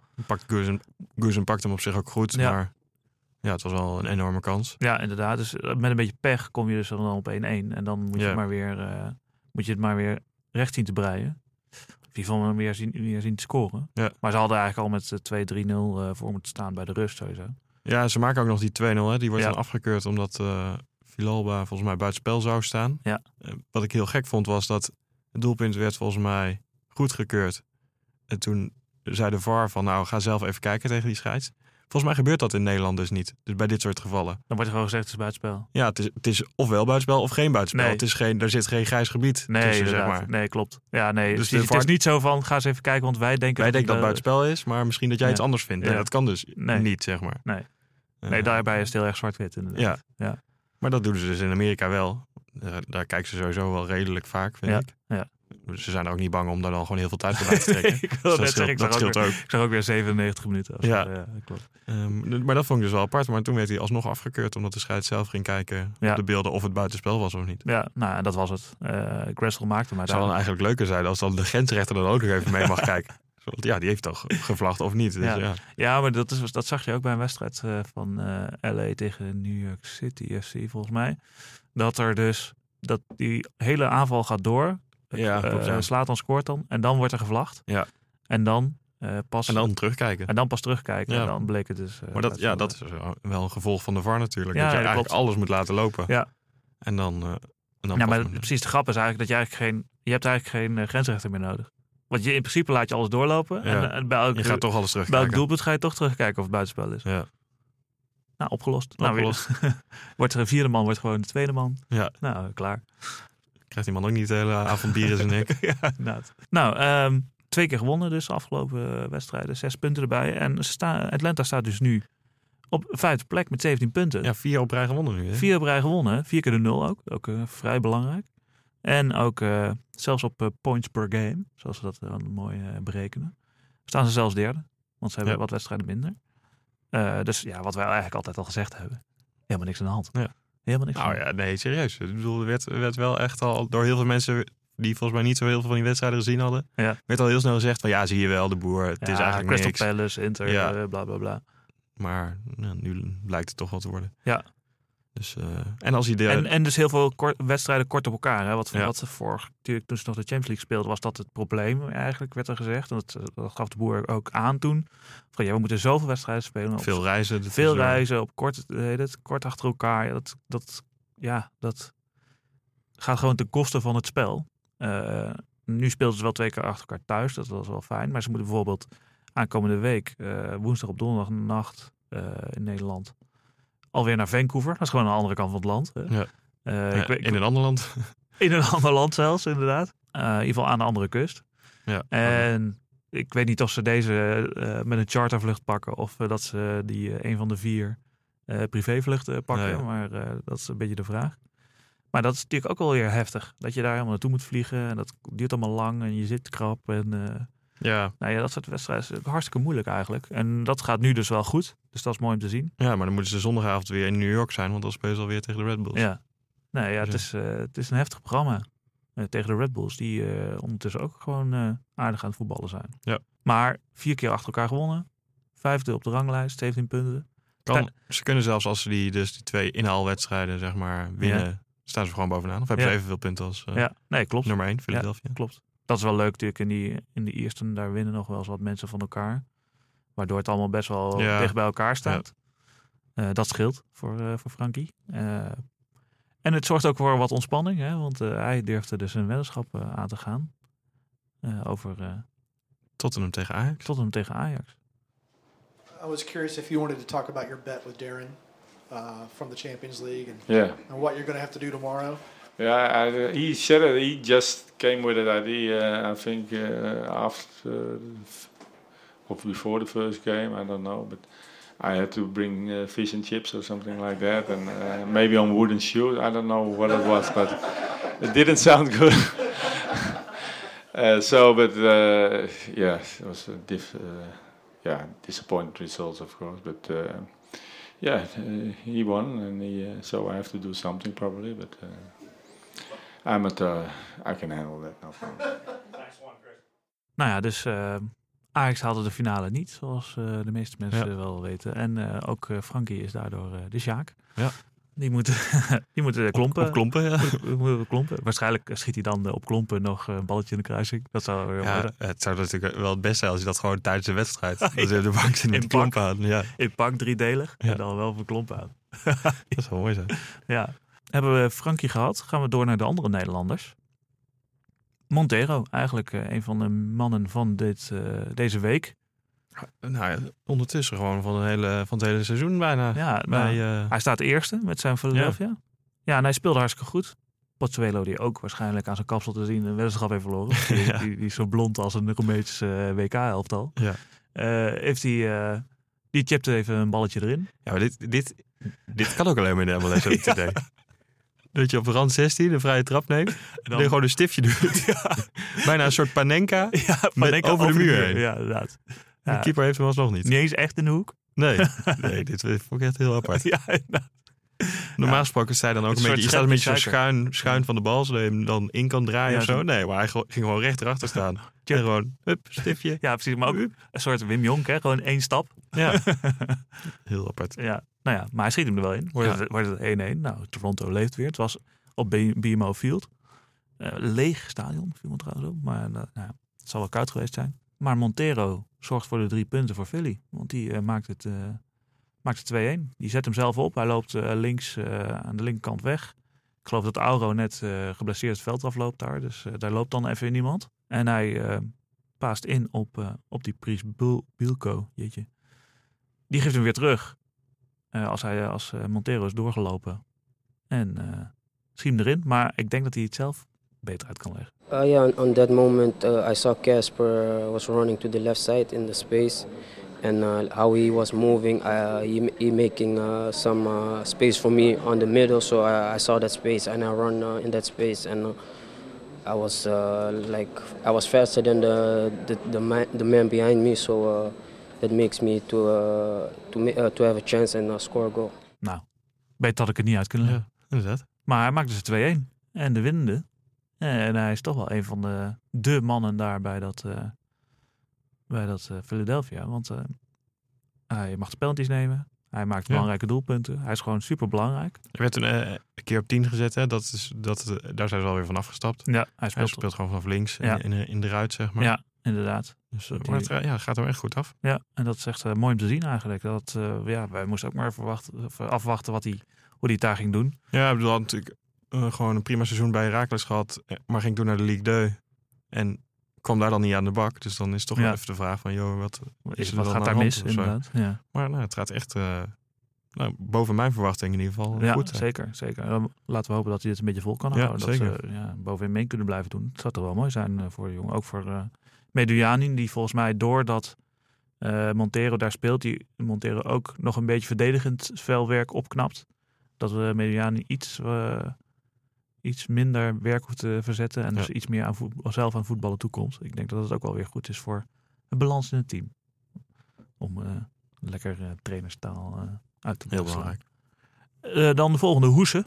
[SPEAKER 5] Guzen pakt hem op zich ook goed, ja. maar ja, het was wel een enorme kans.
[SPEAKER 1] Ja, inderdaad. Dus met een beetje pech kom je dus dan op één één. En dan moet je, ja. het, maar weer, uh, moet je het maar weer recht zien te breien. In ieder geval weer zien, weer zien te scoren. Ja. Maar ze hadden eigenlijk al met twee drie nul uh, voor moeten staan bij de rust sowieso.
[SPEAKER 5] Ja, ze maken ook nog die twee nul. Hè. Die wordt ja. dan afgekeurd omdat uh, Villalba volgens mij buitenspel zou staan.
[SPEAKER 1] Ja.
[SPEAKER 5] Uh, wat ik heel gek vond was dat het doelpunt werd volgens mij goedgekeurd. En toen zei de V A R van nou ga zelf even kijken tegen die scheids. Volgens mij gebeurt dat in Nederland dus niet. Dus bij dit soort gevallen.
[SPEAKER 1] Dan wordt er gewoon gezegd het is buitenspel.
[SPEAKER 5] Ja, het is, het is ofwel buitenspel of geen buitenspel.
[SPEAKER 1] Nee.
[SPEAKER 5] Het is geen, er zit geen grijs gebied
[SPEAKER 1] nee,
[SPEAKER 5] tussen, zeg maar.
[SPEAKER 1] Nee, klopt. Ja, nee.
[SPEAKER 5] Dus
[SPEAKER 1] het, is,
[SPEAKER 5] V A R...
[SPEAKER 1] het is niet zo van, ga eens even kijken, want wij denken...
[SPEAKER 5] Wij
[SPEAKER 1] dat
[SPEAKER 5] denken dat het buitenspel is, maar misschien dat jij
[SPEAKER 1] ja.
[SPEAKER 5] iets anders vindt.
[SPEAKER 1] Ja.
[SPEAKER 5] Nee, dat kan dus
[SPEAKER 1] nee.
[SPEAKER 5] niet, zeg maar.
[SPEAKER 1] Nee, nee uh, daarbij is het heel erg zwart-wit inderdaad.
[SPEAKER 5] Ja.
[SPEAKER 1] ja,
[SPEAKER 5] maar dat doen ze dus in Amerika wel. Uh, daar kijken ze sowieso wel redelijk vaak, vind
[SPEAKER 1] ja.
[SPEAKER 5] ik.
[SPEAKER 1] Ja.
[SPEAKER 5] Ze zijn er ook niet bang om daar dan gewoon heel veel tijd voor bij te trekken.
[SPEAKER 1] ik wil
[SPEAKER 5] dus
[SPEAKER 1] net
[SPEAKER 5] dat
[SPEAKER 1] zeggen, ik
[SPEAKER 5] scheelt,
[SPEAKER 1] zag,
[SPEAKER 5] dat
[SPEAKER 1] ook
[SPEAKER 5] scheelt
[SPEAKER 1] weer,
[SPEAKER 5] ook.
[SPEAKER 1] ik zag ook weer zevenennegentig minuten. Of
[SPEAKER 5] Ja.
[SPEAKER 1] zo. Ja, dat klopt.
[SPEAKER 5] Um, maar dat vond ik dus wel apart. Maar toen werd hij alsnog afgekeurd omdat de scheids zelf ging kijken
[SPEAKER 1] Ja.
[SPEAKER 5] op de beelden of het buitenspel was of niet.
[SPEAKER 1] Ja, nou, dat was het. Uh, Gressel maakte maar
[SPEAKER 5] Het zou dan eigenlijk leuker zijn als dan de grensrechter dan ook nog even mee mag kijken. Want ja, die heeft toch gevlacht of niet. Dus
[SPEAKER 1] ja.
[SPEAKER 5] Ja.
[SPEAKER 1] ja, maar dat, is, dat zag je ook bij een wedstrijd uh, van uh, L A tegen New York City F C volgens mij. Dat er dus, dat die hele aanval gaat door.
[SPEAKER 5] Ja,
[SPEAKER 1] uh,
[SPEAKER 5] klopt, ja.
[SPEAKER 1] Slaat dan, scoort dan. En dan wordt er gevlacht.
[SPEAKER 5] Ja.
[SPEAKER 1] En dan uh, pas...
[SPEAKER 5] En dan terugkijken.
[SPEAKER 1] En dan pas terugkijken.
[SPEAKER 5] Ja.
[SPEAKER 1] En dan bleek het dus... Uh,
[SPEAKER 5] maar dat, ja, dat is wel een gevolg van de V A R natuurlijk.
[SPEAKER 1] Ja,
[SPEAKER 5] dat je
[SPEAKER 1] ja,
[SPEAKER 5] eigenlijk
[SPEAKER 1] klopt.
[SPEAKER 5] alles moet laten lopen.
[SPEAKER 1] Ja.
[SPEAKER 5] En dan... Uh, en dan
[SPEAKER 1] ja, maar
[SPEAKER 5] men...
[SPEAKER 1] precies de grap is eigenlijk dat je eigenlijk geen... Je hebt eigenlijk geen uh, grensrechter meer nodig. Want je in principe laat je alles doorlopen.
[SPEAKER 5] Ja.
[SPEAKER 1] En, en bij elk,
[SPEAKER 5] je gaat toch alles
[SPEAKER 1] bij
[SPEAKER 5] terugkijken.
[SPEAKER 1] elk doelpunt ga je toch terugkijken of het buitenspel is.
[SPEAKER 5] Ja.
[SPEAKER 1] Nou, opgelost.
[SPEAKER 5] opgelost.
[SPEAKER 1] Nou, weer, wordt er een vierde man, wordt gewoon de tweede man.
[SPEAKER 5] Ja.
[SPEAKER 1] Nou, klaar.
[SPEAKER 5] Krijgt die man ook niet de hele avond bier in zijn nek.
[SPEAKER 1] ja, inderdaad. Nou, um, twee keer gewonnen dus de afgelopen wedstrijden. Zes punten erbij. En sta, Atlanta staat dus nu op vijfde plek met zeventien punten.
[SPEAKER 5] Ja, vier op rij gewonnen nu. Hè?
[SPEAKER 1] Vier op rij gewonnen. Vier keer de nul ook. Ook uh, vrij belangrijk. En ook uh, zelfs op uh, points per game, zoals ze dat uh, mooi uh, berekenen, staan ze zelfs derde. Want ze hebben
[SPEAKER 5] ja.
[SPEAKER 1] wat wedstrijden minder. Uh, dus ja, wat wij eigenlijk altijd al gezegd hebben. Helemaal niks aan de hand.
[SPEAKER 5] Ja.
[SPEAKER 1] Helemaal niks
[SPEAKER 5] nou
[SPEAKER 1] aan de hand.
[SPEAKER 5] Ja, nee, serieus. Ik bedoel, er werd, werd wel echt al door heel veel mensen die volgens mij niet zo heel veel van die wedstrijden gezien hadden,
[SPEAKER 1] ja.
[SPEAKER 5] werd al heel snel gezegd van ja, zie je wel, de boer, het
[SPEAKER 1] ja,
[SPEAKER 5] is eigenlijk
[SPEAKER 1] Crystal
[SPEAKER 5] niks.
[SPEAKER 1] Palace, Inter,
[SPEAKER 5] ja.
[SPEAKER 1] uh, bla bla bla.
[SPEAKER 5] Maar nou, nu blijkt het toch wel te worden.
[SPEAKER 1] Ja.
[SPEAKER 5] Dus, uh, en, als hij de...
[SPEAKER 1] en, en dus heel veel kort, wedstrijden kort op elkaar. Hè? Wat,
[SPEAKER 5] ja.
[SPEAKER 1] wat voor, natuurlijk toen ze nog de Champions League speelden, was dat het probleem eigenlijk, werd er gezegd. En dat, dat gaf de boer ook aan toen. Van ja, we moeten zoveel wedstrijden spelen.
[SPEAKER 5] Veel
[SPEAKER 1] op,
[SPEAKER 5] reizen.
[SPEAKER 1] Veel reizen, op kort, heet het, kort achter elkaar. Ja, dat, dat, ja, dat gaat gewoon ten koste van het spel. Uh, nu speelden ze wel twee keer achter elkaar thuis. Dat was wel fijn. Maar ze moeten bijvoorbeeld aankomende week, uh, woensdag op donderdagnacht uh, in Nederland, alweer naar Vancouver. Dat is gewoon aan de andere kant van het land. Hè?
[SPEAKER 5] Ja.
[SPEAKER 1] Uh,
[SPEAKER 5] ja,
[SPEAKER 1] ik weet,
[SPEAKER 5] in een ander land.
[SPEAKER 1] In een ander land zelfs, inderdaad. Uh, in ieder geval aan de andere kust.
[SPEAKER 5] Ja.
[SPEAKER 1] En ik weet niet of ze deze uh, met een chartervlucht pakken of uh, dat ze die uh, een van de vier uh, privévluchten pakken.
[SPEAKER 5] Ja, ja.
[SPEAKER 1] Maar uh, dat is een beetje de vraag. Maar dat is natuurlijk ook wel weer heftig. Dat je daar helemaal naartoe moet vliegen. En dat duurt allemaal lang en je zit krap. En uh,
[SPEAKER 5] ja.
[SPEAKER 1] Nou ja, dat soort wedstrijden is hartstikke moeilijk eigenlijk. En dat gaat nu dus wel goed. Dus dat is mooi om te zien.
[SPEAKER 5] Ja, maar dan moeten ze zondagavond weer in New York zijn. Want dan spelen ze alweer tegen de Red Bulls.
[SPEAKER 1] Ja, nee, ja, het,
[SPEAKER 5] ja.
[SPEAKER 1] is, uh, het is een heftig programma. Uh, tegen de Red Bulls. Die uh, ondertussen ook gewoon uh, aardig aan het voetballen zijn.
[SPEAKER 5] Ja.
[SPEAKER 1] Maar vier keer achter elkaar gewonnen. Vijfde op de ranglijst, zeventien punten.
[SPEAKER 5] Kan, ze kunnen zelfs als ze die, dus die twee inhaalwedstrijden zeg maar winnen, ja. staan ze gewoon bovenaan. Of hebben
[SPEAKER 1] ja.
[SPEAKER 5] ze evenveel punten als uh,
[SPEAKER 1] ja. nee, klopt.
[SPEAKER 5] nummer één, Philadelphia.
[SPEAKER 1] Ja, klopt. Dat is wel leuk natuurlijk. In die, in die eerste, daar winnen nog wel eens wat mensen van elkaar. Waardoor het allemaal best wel
[SPEAKER 5] ja.
[SPEAKER 1] dicht bij elkaar staat. Ja. Uh, dat scheelt voor, uh, voor Frankie. Uh, en het zorgt ook voor wat ontspanning. Hè? Want uh, hij durfde dus een weddenschap uh, aan te gaan. Uh, over uh,
[SPEAKER 5] Tottenham tegen Ajax.
[SPEAKER 1] Tottenham tegen Ajax.
[SPEAKER 6] I was curious if you wanted to talk about your bet with Darren uh, from the Champions League and,
[SPEAKER 7] yeah.
[SPEAKER 6] and what you're going to have to do tomorrow.
[SPEAKER 7] Yeah, I, uh, he said it. He just came with that idea. Uh, I think uh, after uh, or before the first game. I don't know, but I had to bring uh, fish and chips or something like that, and uh, maybe on wooden shoes. I don't know what it was, but it didn't sound good. uh, so, but uh, yeah, it was a diff, uh, yeah disappointing results, of course, but. Uh, Yeah, uh, he won, and he, uh, so I have to do something probably, but uh, I'm at, uh, I can handle that, no problem.
[SPEAKER 1] Nou ja, dus uh, Ajax haalde de finale niet, zoals uh, de meeste mensen ja. wel weten. En uh, ook uh, Frankie is daardoor uh, de Sjaak.
[SPEAKER 5] Ja.
[SPEAKER 1] Die moeten die moet klompen.
[SPEAKER 5] Op, op klompen, ja.
[SPEAKER 1] Moet, moet klompen. Waarschijnlijk schiet hij dan op klompen nog een balletje in de kruising. Dat zou weer
[SPEAKER 5] ja,
[SPEAKER 1] worden.
[SPEAKER 5] Het zou natuurlijk wel het beste zijn als je dat gewoon tijdens de wedstrijd. Dat ze de bank zitten met de klompen aan. Ja.
[SPEAKER 1] In pak driedelig
[SPEAKER 5] ja.
[SPEAKER 1] en dan wel voor klompen aan.
[SPEAKER 5] Dat zou mooi zijn.
[SPEAKER 1] Ja. Hebben we Frankie gehad, gaan we door naar de andere Nederlanders. Montero, eigenlijk uh, een van de mannen van dit, uh, deze week.
[SPEAKER 5] Nou ja, ondertussen gewoon van, een hele, van het hele seizoen bijna.
[SPEAKER 1] Ja,
[SPEAKER 5] bij,
[SPEAKER 1] nou, uh... hij staat eerste met zijn Philadelphia. Ja. ja, en hij speelde hartstikke goed. Pozzuelo, die ook waarschijnlijk aan zijn kapsel te zien een weddenschap heeft verloren. Die, ja. die, die is zo blond als een Roemeense uh, W K-elftal.
[SPEAKER 5] Ja.
[SPEAKER 1] Uh, heeft hij, uh, die chipte even een balletje erin.
[SPEAKER 5] Ja, maar dit, dit, dit kan ook alleen maar in de M L S. ja. Dat je op rand zestien de vrije trap neemt. En dan je gewoon een stiftje doet. Ja. Bijna een soort panenka,
[SPEAKER 1] ja,
[SPEAKER 5] met
[SPEAKER 1] panenka
[SPEAKER 5] over, over de muur heen.
[SPEAKER 1] Ja, inderdaad.
[SPEAKER 5] De
[SPEAKER 1] Ja.
[SPEAKER 5] keeper heeft hem alsnog niet.
[SPEAKER 1] Niet eens echt in de hoek.
[SPEAKER 5] Nee, nee dit vond ik echt heel apart.
[SPEAKER 1] Ja, inderdaad.
[SPEAKER 5] Normaal
[SPEAKER 1] Ja.
[SPEAKER 5] gesproken sta je dan ook
[SPEAKER 1] Het
[SPEAKER 5] een
[SPEAKER 1] is
[SPEAKER 5] beetje... Je
[SPEAKER 1] een
[SPEAKER 5] staat een
[SPEAKER 1] soort
[SPEAKER 5] beetje zo
[SPEAKER 1] schep in
[SPEAKER 5] schuin, schuin van de bal, zodat je hem dan in kan draaien
[SPEAKER 1] Ja,
[SPEAKER 5] of zo.
[SPEAKER 1] zo.
[SPEAKER 5] Nee, maar hij ging gewoon recht erachter staan. En gewoon, hup, stiftje.
[SPEAKER 1] Ja, precies. Maar ook een soort Wim Jonk, hè? Gewoon één stap.
[SPEAKER 5] Ja, heel apart.
[SPEAKER 1] Ja, nou ja, maar hij schiet hem er wel in. Wordt
[SPEAKER 5] Ja.
[SPEAKER 1] het, wordt het één-één. Nou, Toronto leeft weer. Het was op B M O Field. Uh, leeg stadion, viel me trouwens op. Maar uh, nou, het zal wel koud geweest zijn. Maar Montero zorgt voor de drie punten voor Philly. Want die uh, maakt het, uh, maakt het twee-één. Die zet hem zelf op. Hij loopt uh, links uh, aan de linkerkant weg. Ik geloof dat Auro net uh, geblesseerd het veld afloopt daar. Dus uh, daar loopt dan even niemand. En hij uh, paast in op, uh, op die Pries Bielko. Jeetje. Die geeft hem weer terug. Uh, als hij als uh, Montero is doorgelopen. En uh, schiet hem erin. Maar ik denk dat hij het zelf beter uit kan leggen.
[SPEAKER 8] Uh, yeah, on, on that moment uh, I saw Casper uh, was running to the left side in the space. And uh, how he was moving, uh, he, he making uh, some uh, space for me on the middle. So I, I saw that space and I run uh, in that space. And uh, I was uh, like, I was faster than the the, the, man, the man behind me. So uh, that makes me to uh, to, uh, to have a chance and uh, score a goal.
[SPEAKER 1] Nou, beter had ik het niet uit kunnen leggen.
[SPEAKER 5] Ja, inderdaad.
[SPEAKER 1] Maar hij maakt dus twee-één. En de winnende. En hij is toch wel een van de, de mannen daar bij dat, uh, bij dat uh, Philadelphia. Want uh, hij mag de penalties nemen. Hij maakt belangrijke ja. doelpunten. Hij is gewoon super belangrijk.
[SPEAKER 5] Er werd een, uh, een keer op tien gezet. Hè? Dat is, dat, uh, daar zijn ze alweer van afgestapt.
[SPEAKER 1] Ja, hij speelt,
[SPEAKER 5] hij speelt gewoon vanaf links
[SPEAKER 1] ja.
[SPEAKER 5] in, in, in de ruit, zeg maar.
[SPEAKER 1] Ja, inderdaad.
[SPEAKER 5] Dus, uh, maar het ja, het gaat hem echt goed af.
[SPEAKER 1] Ja, en dat is echt uh, mooi om te zien eigenlijk. Dat, uh, ja, wij moesten ook maar verwachten, afwachten wat hij, hoe hij het daar ging doen.
[SPEAKER 5] Ja, ik bedoel, had natuurlijk uh, gewoon een prima seizoen bij Heracles gehad. Maar ging toen naar de Ligue deux. En kwam daar dan niet aan de bak. Dus dan is toch ja. wel even de vraag van, joh, wat,
[SPEAKER 1] is er wat gaat daar mis? Inderdaad. Ja.
[SPEAKER 5] Maar nou, het gaat echt uh, nou, boven mijn verwachting in ieder geval
[SPEAKER 1] ja,
[SPEAKER 5] goed.
[SPEAKER 1] Zeker, zeker. Dan laten we hopen dat hij dit een beetje vol kan houden.
[SPEAKER 5] Ja,
[SPEAKER 1] dat
[SPEAKER 5] zeker.
[SPEAKER 1] ze ja, bovenin mee kunnen blijven doen. Het zou toch wel mooi zijn uh, voor de jongen. Ook voor uh, Medunjanin, die volgens mij doordat uh, Montero daar speelt, die Montero ook nog een beetje verdedigend velwerk opknapt. Dat we Medunjanin iets... Uh, iets minder werk hoeft te verzetten en dus ja. iets meer aan voet, zelf aan voetballen toekomt. Ik denk dat het ook wel weer goed is voor een balans in het team. Om uh, lekker uh, trainerstaal uh, uit te
[SPEAKER 5] Heel belangrijk.
[SPEAKER 1] Uh, dan de volgende, Hoese.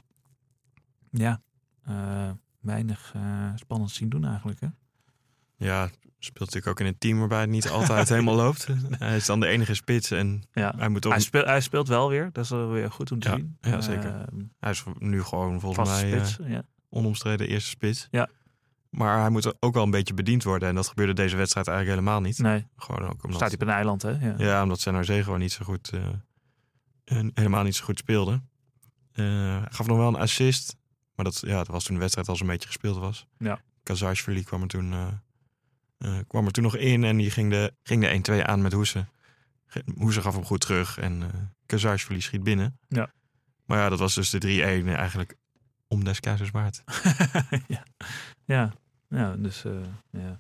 [SPEAKER 1] Ja, uh, weinig uh, spannend zien doen eigenlijk. Hè?
[SPEAKER 5] Ja, speelt natuurlijk ook in een team waarbij het niet altijd helemaal loopt. Hij is dan de enige spits en
[SPEAKER 1] ja.
[SPEAKER 5] hij moet ook...
[SPEAKER 1] Hij speelt, hij speelt wel weer, dat is wel weer goed om te
[SPEAKER 5] ja,
[SPEAKER 1] zien.
[SPEAKER 5] Ja, zeker. Uh, hij is nu gewoon volgens mij
[SPEAKER 1] spits,
[SPEAKER 5] uh,
[SPEAKER 1] ja.
[SPEAKER 5] onomstreden eerste spits.
[SPEAKER 1] Ja.
[SPEAKER 5] Maar hij moet ook wel een beetje bediend worden. En dat gebeurde deze wedstrijd eigenlijk helemaal niet.
[SPEAKER 1] Nee.
[SPEAKER 5] Gewoon ook omdat,
[SPEAKER 1] staat hij op een eiland, hè? Ja,
[SPEAKER 5] ja omdat San Jose gewoon niet zo goed... Uh, helemaal niet zo goed speelde. Uh, hij gaf nog wel een assist. Maar dat, ja, dat was toen de wedstrijd al zo'n beetje gespeeld was.
[SPEAKER 1] Ja.
[SPEAKER 5] Kazajsvili kwam er toen... Uh, Uh, kwam er toen nog in en die ging de, ging de een-twee aan met Hoese. Hoese gaf hem goed terug en uh, Kazajsvili schiet binnen.
[SPEAKER 1] Ja.
[SPEAKER 5] Maar ja, dat was dus de drie-één eigenlijk om des keizers waard.
[SPEAKER 1] ja. ja, ja, dus uh, ja.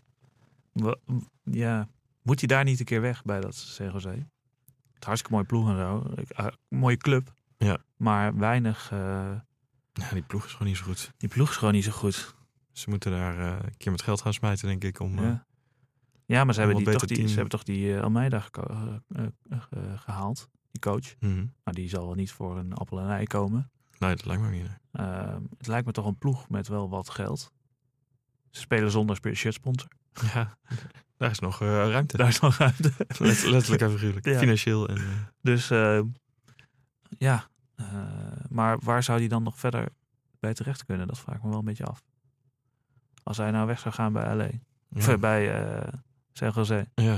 [SPEAKER 1] ja, moet hij daar niet een keer weg bij dat San Jose? Het is hartstikke mooi ploeg en zo. Uh, mooie club,
[SPEAKER 5] ja.
[SPEAKER 1] maar weinig... Uh,
[SPEAKER 5] ja, die ploeg is gewoon niet zo goed.
[SPEAKER 1] Die ploeg is gewoon niet zo goed.
[SPEAKER 5] Ze moeten daar uh, een keer met geld gaan smijten, denk ik. Om, uh,
[SPEAKER 1] ja. ja, maar ze hebben, die, toch die,
[SPEAKER 5] team.
[SPEAKER 1] ze hebben toch die uh, Almeida geko- uh, uh, uh, gehaald, die coach.
[SPEAKER 5] Mm-hmm.
[SPEAKER 1] Nou, die zal wel niet voor een appel en ei komen.
[SPEAKER 5] Nee, dat lijkt me ook niet.
[SPEAKER 1] Uh, het lijkt me toch een ploeg met wel wat geld. Ze spelen zonder shirtsponsor.
[SPEAKER 5] Ja, daar is nog uh, ruimte.
[SPEAKER 1] Daar is nog ruimte.
[SPEAKER 5] Let, letterlijk en figuurlijk. Ja. Financieel. En, uh...
[SPEAKER 1] Dus uh, ja, uh, maar waar zou die dan nog verder bij terecht kunnen? Dat vraag ik me wel een beetje af. Als hij nou weg zou gaan bij L A. Ja. Of bij uh, San Jose.
[SPEAKER 5] Ja.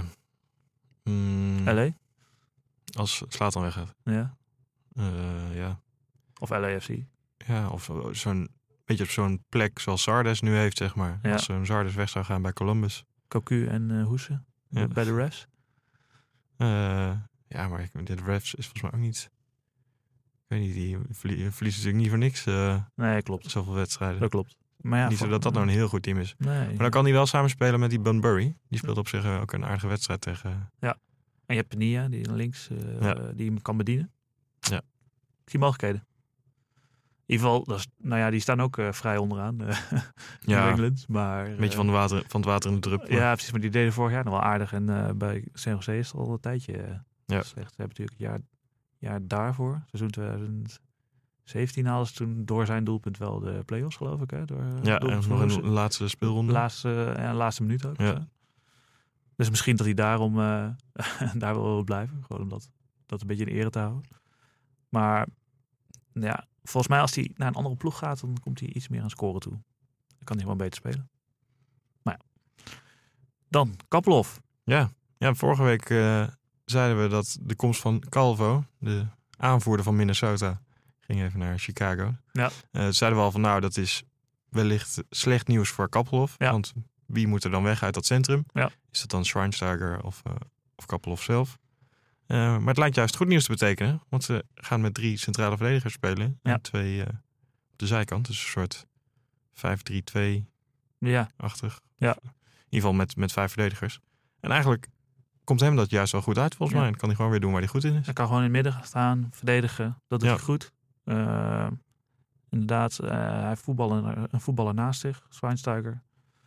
[SPEAKER 5] Mm,
[SPEAKER 1] L A?
[SPEAKER 5] Als Zlatan weggaat.
[SPEAKER 1] Ja.
[SPEAKER 5] Uh, ja.
[SPEAKER 1] Of L A F C.
[SPEAKER 5] Ja, of zo'n beetje op zo'n plek zoals Zardes nu heeft, zeg maar.
[SPEAKER 1] Ja.
[SPEAKER 5] Als zo'n Zardes weg zou gaan bij Columbus.
[SPEAKER 1] Cocu en uh, Hoese? Ja. Bij de refs?
[SPEAKER 5] Uh, ja, maar de refs is volgens mij ook niet... Ik weet niet, die verliezen natuurlijk niet voor niks. Uh,
[SPEAKER 1] nee, klopt.
[SPEAKER 5] Zoveel wedstrijden.
[SPEAKER 1] Dat klopt. Maar ja,
[SPEAKER 5] niet zo dat dat nou een heel goed team is.
[SPEAKER 1] Nee.
[SPEAKER 5] Maar dan kan hij wel samenspelen met die Bunbury. Die speelt op zich ook een aardige wedstrijd tegen...
[SPEAKER 1] Ja. En je hebt Penia, die links uh, ja. die hem kan bedienen.
[SPEAKER 5] Ja.
[SPEAKER 1] Ik zie mogelijkheden. ieder geval, dat is, nou ja, die staan ook uh, vrij onderaan. Uh,
[SPEAKER 5] ja,
[SPEAKER 1] England, maar,
[SPEAKER 5] een beetje van, de water, van het water in de drup. Maar.
[SPEAKER 1] Ja, precies. Maar die deden vorig jaar nog wel aardig. En uh, bij San Jose is het al een tijdje uh,
[SPEAKER 5] ja.
[SPEAKER 1] slecht. Ze hebben natuurlijk het jaar, jaar daarvoor, seizoen twintig zeventien, haalden ze toen door zijn doelpunt wel de play-offs, geloof ik. Hè? Door,
[SPEAKER 5] ja, en nog een laatste speelronde.
[SPEAKER 1] Laatste, ja, laatste minuut ook.
[SPEAKER 5] Ja.
[SPEAKER 1] Zo. Dus misschien dat hij daarom uh, daar wel wil blijven. Gewoon om dat, dat een beetje in ere te houden. Maar ja, volgens mij als hij naar een andere ploeg gaat, dan komt hij iets meer aan scoren toe. Dan kan hij gewoon beter spelen. Maar ja. Dan, Kappelhof.
[SPEAKER 5] Ja, ja vorige week uh, zeiden we dat de komst van Calvo, de aanvoerder van Minnesota, ging even naar Chicago.
[SPEAKER 1] Ja.
[SPEAKER 5] Uh, zeiden we al van nou, dat is wellicht slecht nieuws voor Kappelhof.
[SPEAKER 1] Ja.
[SPEAKER 5] Want wie moet er dan weg uit dat centrum?
[SPEAKER 1] Ja.
[SPEAKER 5] Is dat dan Schweinsteiger of, uh, of Kappelhof zelf? Uh, maar het lijkt juist goed nieuws te betekenen. Want ze gaan met drie centrale verdedigers spelen.
[SPEAKER 1] Ja.
[SPEAKER 5] En twee uh, op de zijkant. Dus een soort vijf drie twee-achtig.
[SPEAKER 1] Ja. Ja.
[SPEAKER 5] In ieder geval met, met vijf verdedigers. En eigenlijk komt hem dat juist wel goed uit volgens
[SPEAKER 1] ja.
[SPEAKER 5] mij. En kan hij gewoon weer doen waar hij goed in is.
[SPEAKER 1] Hij kan gewoon in het midden gaan staan, verdedigen. Dat doet
[SPEAKER 5] ja.
[SPEAKER 1] hij goed. Uh, inderdaad, uh, hij heeft voetballer, een voetballer naast zich. Schweinsteiger.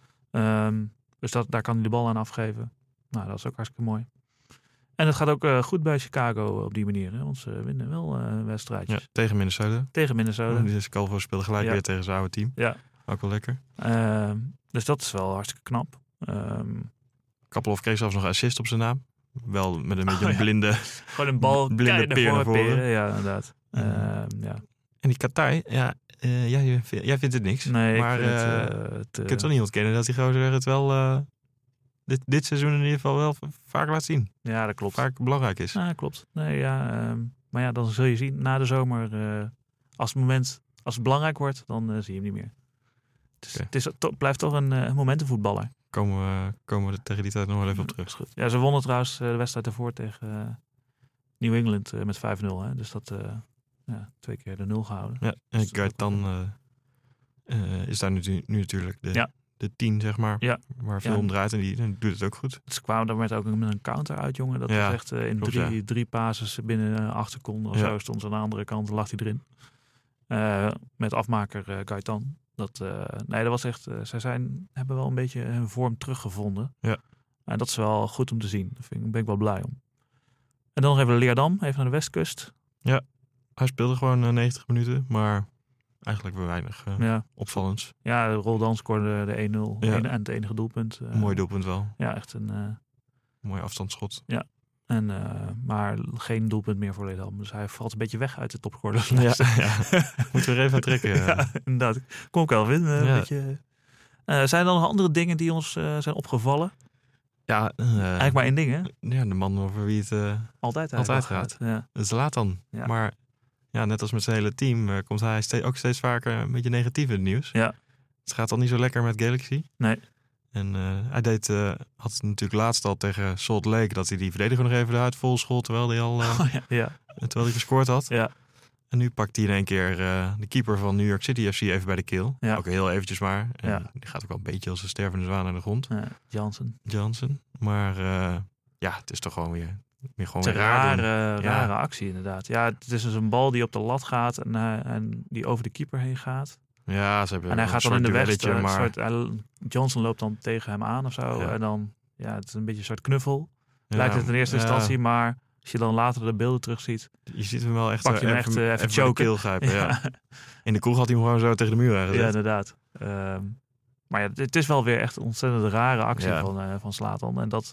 [SPEAKER 1] Um, dus dat, daar kan hij de bal aan afgeven. Nou, dat is ook hartstikke mooi. En het gaat ook uh, goed bij Chicago op die manier. Hè? Want ze winnen wel uh, wedstrijdjes.
[SPEAKER 5] Ja, tegen Minnesota.
[SPEAKER 1] Tegen Minnesota.
[SPEAKER 5] Dus Calvo speelde gelijk ja. weer tegen zijn oude team.
[SPEAKER 1] Ja.
[SPEAKER 5] Ook wel lekker.
[SPEAKER 1] Uh, dus dat is wel hartstikke knap. Um,
[SPEAKER 5] Kappelhof kreeg zelfs nog een assist op zijn naam. Wel met een beetje oh, een
[SPEAKER 1] ja.
[SPEAKER 5] blinde...
[SPEAKER 1] Gewoon een bal
[SPEAKER 5] blinde peer naar voren.
[SPEAKER 1] Peren. Ja, inderdaad. Uh, uh, ja.
[SPEAKER 5] En die Katai, ja, uh, jij, jij vindt het niks.
[SPEAKER 1] Nee,
[SPEAKER 5] maar
[SPEAKER 1] ik vind
[SPEAKER 5] uh,
[SPEAKER 1] het, uh, het, uh,
[SPEAKER 5] je kunt toch niet ontkennen dat die gozer het wel... Uh, dit, dit seizoen in ieder geval wel vaak laat zien.
[SPEAKER 1] Ja, dat klopt.
[SPEAKER 5] Vaak belangrijk is.
[SPEAKER 1] Ja, klopt. Nee, ja, um, maar ja, dan zul je zien na de zomer... Uh, als het moment, als het belangrijk wordt, dan uh, zie je hem niet meer. Dus okay. Het is, to, blijft toch een uh, momentenvoetballer.
[SPEAKER 5] Komen we, komen we er tegen die tijd nog wel even op terug.
[SPEAKER 1] Goed. Ja, ze wonnen trouwens uh, de wedstrijd ervoor tegen uh, New England uh, met vijf nul. Hè? Dus dat uh, ja, twee keer de nul gehouden.
[SPEAKER 5] Ja, en
[SPEAKER 1] dus
[SPEAKER 5] Gaetan uh, uh, is daar nu, nu natuurlijk de,
[SPEAKER 1] ja.
[SPEAKER 5] de tien, zeg maar.
[SPEAKER 1] Ja.
[SPEAKER 5] Waar veel ja. om draait en die, die doet het ook goed.
[SPEAKER 1] Ze kwamen daar met ook met een counter uit, jongen. Dat ja. was echt uh, in Klopt, drie, ja. drie passes binnen uh, acht seconden of ja. zo stond ze aan de andere kant en lag hij erin. Uh, met afmaker uh, Gaetan. Dat, uh, nee, dat was echt... Uh, zij zijn, hebben wel een beetje hun vorm teruggevonden.
[SPEAKER 5] Ja.
[SPEAKER 1] En dat is wel goed om te zien. Daar vind ik, ben ik wel blij om. En dan nog even Leerdam, even naar de westkust.
[SPEAKER 5] Ja, hij speelde gewoon uh, negentig minuten, maar eigenlijk weer weinig uh, ja. opvallends.
[SPEAKER 1] Ja, Roldan scoorde de één nul
[SPEAKER 5] ja.
[SPEAKER 1] en het enige doelpunt. Uh,
[SPEAKER 5] Mooi doelpunt wel.
[SPEAKER 1] Ja, echt een... Uh,
[SPEAKER 5] Mooi afstandsschot.
[SPEAKER 1] Ja. En, uh, maar geen doelpunt meer voor Leerdam. Dus hij valt een beetje weg uit de topscorers.
[SPEAKER 5] Ja, ja. Moeten we er even aan trekken. Ja,
[SPEAKER 1] ja inderdaad. Kom ik wel vinden.
[SPEAKER 5] Ja.
[SPEAKER 1] Uh, zijn er dan nog andere dingen die ons uh, zijn opgevallen?
[SPEAKER 5] Ja, uh,
[SPEAKER 1] eigenlijk maar één ding, hè?
[SPEAKER 5] Ja, de man over wie het uh,
[SPEAKER 1] altijd,
[SPEAKER 5] altijd gaat.
[SPEAKER 1] gaat. Ja.
[SPEAKER 5] Dat is Zlatan. Ja. Maar ja, net als met zijn hele team uh, komt hij steeds, ook steeds vaker een beetje negatief in het nieuws.
[SPEAKER 1] Ja.
[SPEAKER 5] Het gaat al niet zo lekker met Galaxy.
[SPEAKER 1] Nee.
[SPEAKER 5] En uh, hij deed, uh, had het natuurlijk laatst al tegen Salt Lake dat hij die verdediger nog even eruit vol schoot terwijl hij al uh,
[SPEAKER 1] oh, ja, ja.
[SPEAKER 5] terwijl hij gescoord had.
[SPEAKER 1] Ja.
[SPEAKER 5] En nu pakt hij in één keer uh, de keeper van New York City F C even bij de keel.
[SPEAKER 1] Ja.
[SPEAKER 5] Ook heel eventjes maar. En
[SPEAKER 1] ja.
[SPEAKER 5] die gaat ook wel een beetje als een stervende zwaan naar de grond.
[SPEAKER 1] Ja, Jansen.
[SPEAKER 5] Jansen. Maar uh, ja, het is toch gewoon weer, weer gewoon
[SPEAKER 1] een
[SPEAKER 5] weer raar
[SPEAKER 1] rare, rare actie inderdaad. Ja, het is dus een bal die op de lat gaat en, uh, en die over de keeper heen gaat.
[SPEAKER 5] Ja, ze hebben
[SPEAKER 1] en hij gaat dan in de weg. Uh,
[SPEAKER 5] maar...
[SPEAKER 1] soort, hij, Johnson loopt dan tegen hem aan of zo.
[SPEAKER 5] Ja.
[SPEAKER 1] En dan, ja, het is een beetje een soort knuffel.
[SPEAKER 5] Ja,
[SPEAKER 1] lijkt het in eerste
[SPEAKER 5] ja.
[SPEAKER 1] instantie, maar als je dan later de beelden terugziet.
[SPEAKER 5] Je ziet hem wel echt,
[SPEAKER 1] pak je hem
[SPEAKER 5] even,
[SPEAKER 1] echt, uh, even,
[SPEAKER 5] even de keel grijpen. Ja. Ja. In de kroeg had hij hem gewoon zo tegen de muur aangezet.
[SPEAKER 1] Ja, inderdaad. Um, maar ja, het is wel weer echt een ontzettend rare actie ja. van, uh, van Zlatan. En dat,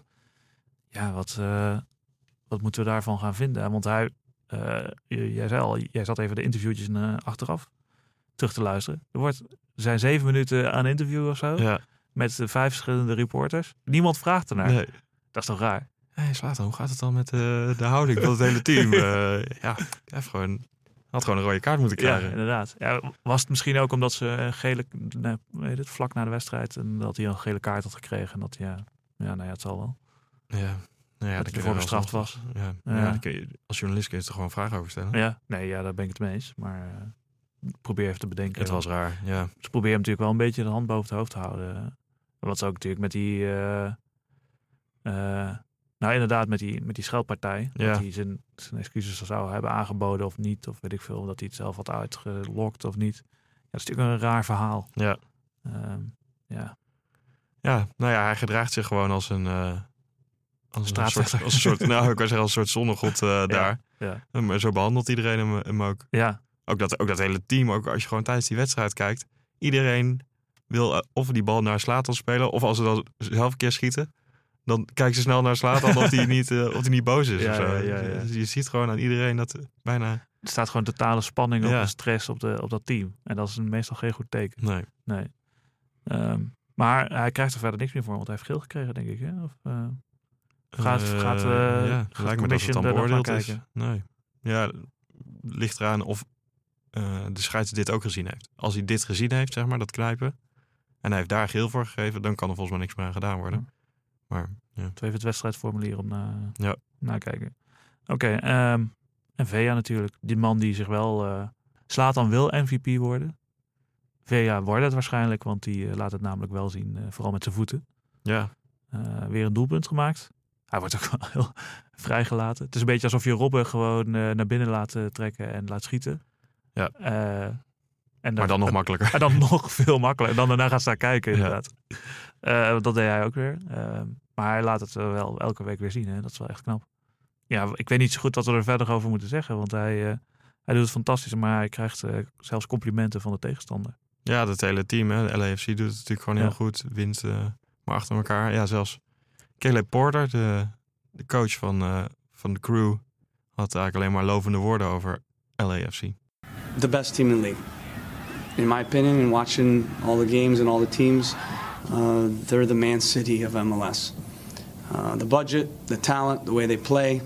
[SPEAKER 1] ja, wat, uh, wat moeten we daarvan gaan vinden? Want hij, uh, jij zei al, jij zat even de interviewtjes uh, achteraf terug te luisteren. Er wordt, er zijn zeven minuten aan interview of zo.
[SPEAKER 5] Ja.
[SPEAKER 1] Met uh, vijf verschillende reporters. Niemand vraagt ernaar.
[SPEAKER 5] Nee.
[SPEAKER 1] Dat is toch raar?
[SPEAKER 5] Hey, Zlatan, hoe gaat het dan met uh, de houding van het hele team? uh, ja, hij heeft gewoon, had gewoon een rode kaart moeten krijgen.
[SPEAKER 1] Ja, inderdaad. Ja, was het misschien ook omdat ze een gele, nee, weet het, vlak na de wedstrijd en dat hij een gele kaart had gekregen en dat ja, ja, nou ja, het zal wel.
[SPEAKER 5] Ja, nou ja,
[SPEAKER 1] dat hij ervoor bestraft was.
[SPEAKER 5] Ja, ja. ja kun je, als journalist kun je er gewoon vragen over stellen.
[SPEAKER 1] Ja, nee, ja, daar ben ik het mee eens. Maar uh, probeer even te bedenken.
[SPEAKER 5] Het was raar, ja.
[SPEAKER 1] Ze proberen natuurlijk wel een beetje de hand boven het hoofd te houden. Wat ze ook natuurlijk met die. Uh, uh, Nou, inderdaad, met die, met die scheldpartij.
[SPEAKER 5] Ja.
[SPEAKER 1] Dat hij zijn, zijn excuses zou hebben aangeboden of niet. Of weet ik veel, dat hij het zelf had uitgelokt of niet. Ja, dat is natuurlijk een raar verhaal.
[SPEAKER 5] Ja.
[SPEAKER 1] Um, ja.
[SPEAKER 5] Ja, nou ja, hij gedraagt zich gewoon als een... Uh, als, een soort, als een soort... Nou, ik wou zeggen als een soort zonnegod uh, ja, daar.
[SPEAKER 1] Ja.
[SPEAKER 5] Maar zo behandelt iedereen hem, hem ook.
[SPEAKER 1] Ja.
[SPEAKER 5] Ook dat, ook dat hele team, ook als je gewoon tijdens die wedstrijd kijkt. Iedereen wil uh, of die bal naar Zlatan spelen... of als ze dan zelf een keer schieten... dan kijken ze snel naar Zlatan of hij niet, uh, of niet boos is.
[SPEAKER 1] Ja,
[SPEAKER 5] of zo.
[SPEAKER 1] ja, ja, ja.
[SPEAKER 5] Dus je ziet gewoon aan iedereen dat uh, bijna...
[SPEAKER 1] Er staat gewoon totale spanning op
[SPEAKER 5] ja.
[SPEAKER 1] en stress op, de, op dat team. En dat is meestal geen goed teken.
[SPEAKER 5] Nee.
[SPEAKER 1] nee. Um, maar hij krijgt er verder niks meer voor, want hij heeft geel gekregen, denk ik. Hè? Of, uh, gaat uh, gaat, uh,
[SPEAKER 5] ja,
[SPEAKER 1] gaat
[SPEAKER 5] lijkt me dat het dan beoordeeld is.
[SPEAKER 1] Kijken?
[SPEAKER 5] Nee. Ja, ligt eraan of uh, de scheidsrechter dit ook gezien heeft. Als hij dit gezien heeft, zeg maar, dat knijpen... en hij heeft daar geel voor gegeven... dan kan er volgens mij niks meer aan gedaan worden. Ja. Maar, ja.
[SPEAKER 1] Even het wedstrijdformulier om na,
[SPEAKER 5] ja.
[SPEAKER 1] nakijken. Oké, okay, um, en Vea natuurlijk. Die man die zich wel... Uh, Zlatan wil M V P worden. Vea wordt het waarschijnlijk, want die uh, laat het namelijk wel zien. Uh, vooral met zijn voeten.
[SPEAKER 5] Ja.
[SPEAKER 1] Uh, weer een doelpunt gemaakt. Hij wordt ook wel heel vrijgelaten. Het is een beetje alsof je Robben gewoon uh, naar binnen laat uh, trekken en laat schieten.
[SPEAKER 5] Ja.
[SPEAKER 1] Uh, en dan,
[SPEAKER 5] maar dan nog makkelijker.
[SPEAKER 1] En dan nog veel makkelijker. En dan daarna gaat staan kijken, inderdaad. Ja. Uh, dat deed hij ook weer. Uh, maar hij laat het uh, wel elke week weer zien. Hè? Dat is wel echt knap. Ja, ik weet niet zo goed wat we er verder over moeten zeggen. Want hij, uh, hij doet het fantastisch. Maar hij krijgt uh, zelfs complimenten van de tegenstander.
[SPEAKER 5] Ja, dat hele team. Hè. De L A F C doet het natuurlijk gewoon ja. heel goed. Wint uh, maar achter elkaar. Ja, zelfs Caleb Porter, de, de coach van, uh, van de Crew... had eigenlijk alleen maar lovende woorden over L A F C.
[SPEAKER 9] The best team in the league. In my opinion, and watching all the games and all the teams, uh, they're the Man City of M L S. Uh, the budget, the talent, the way they play,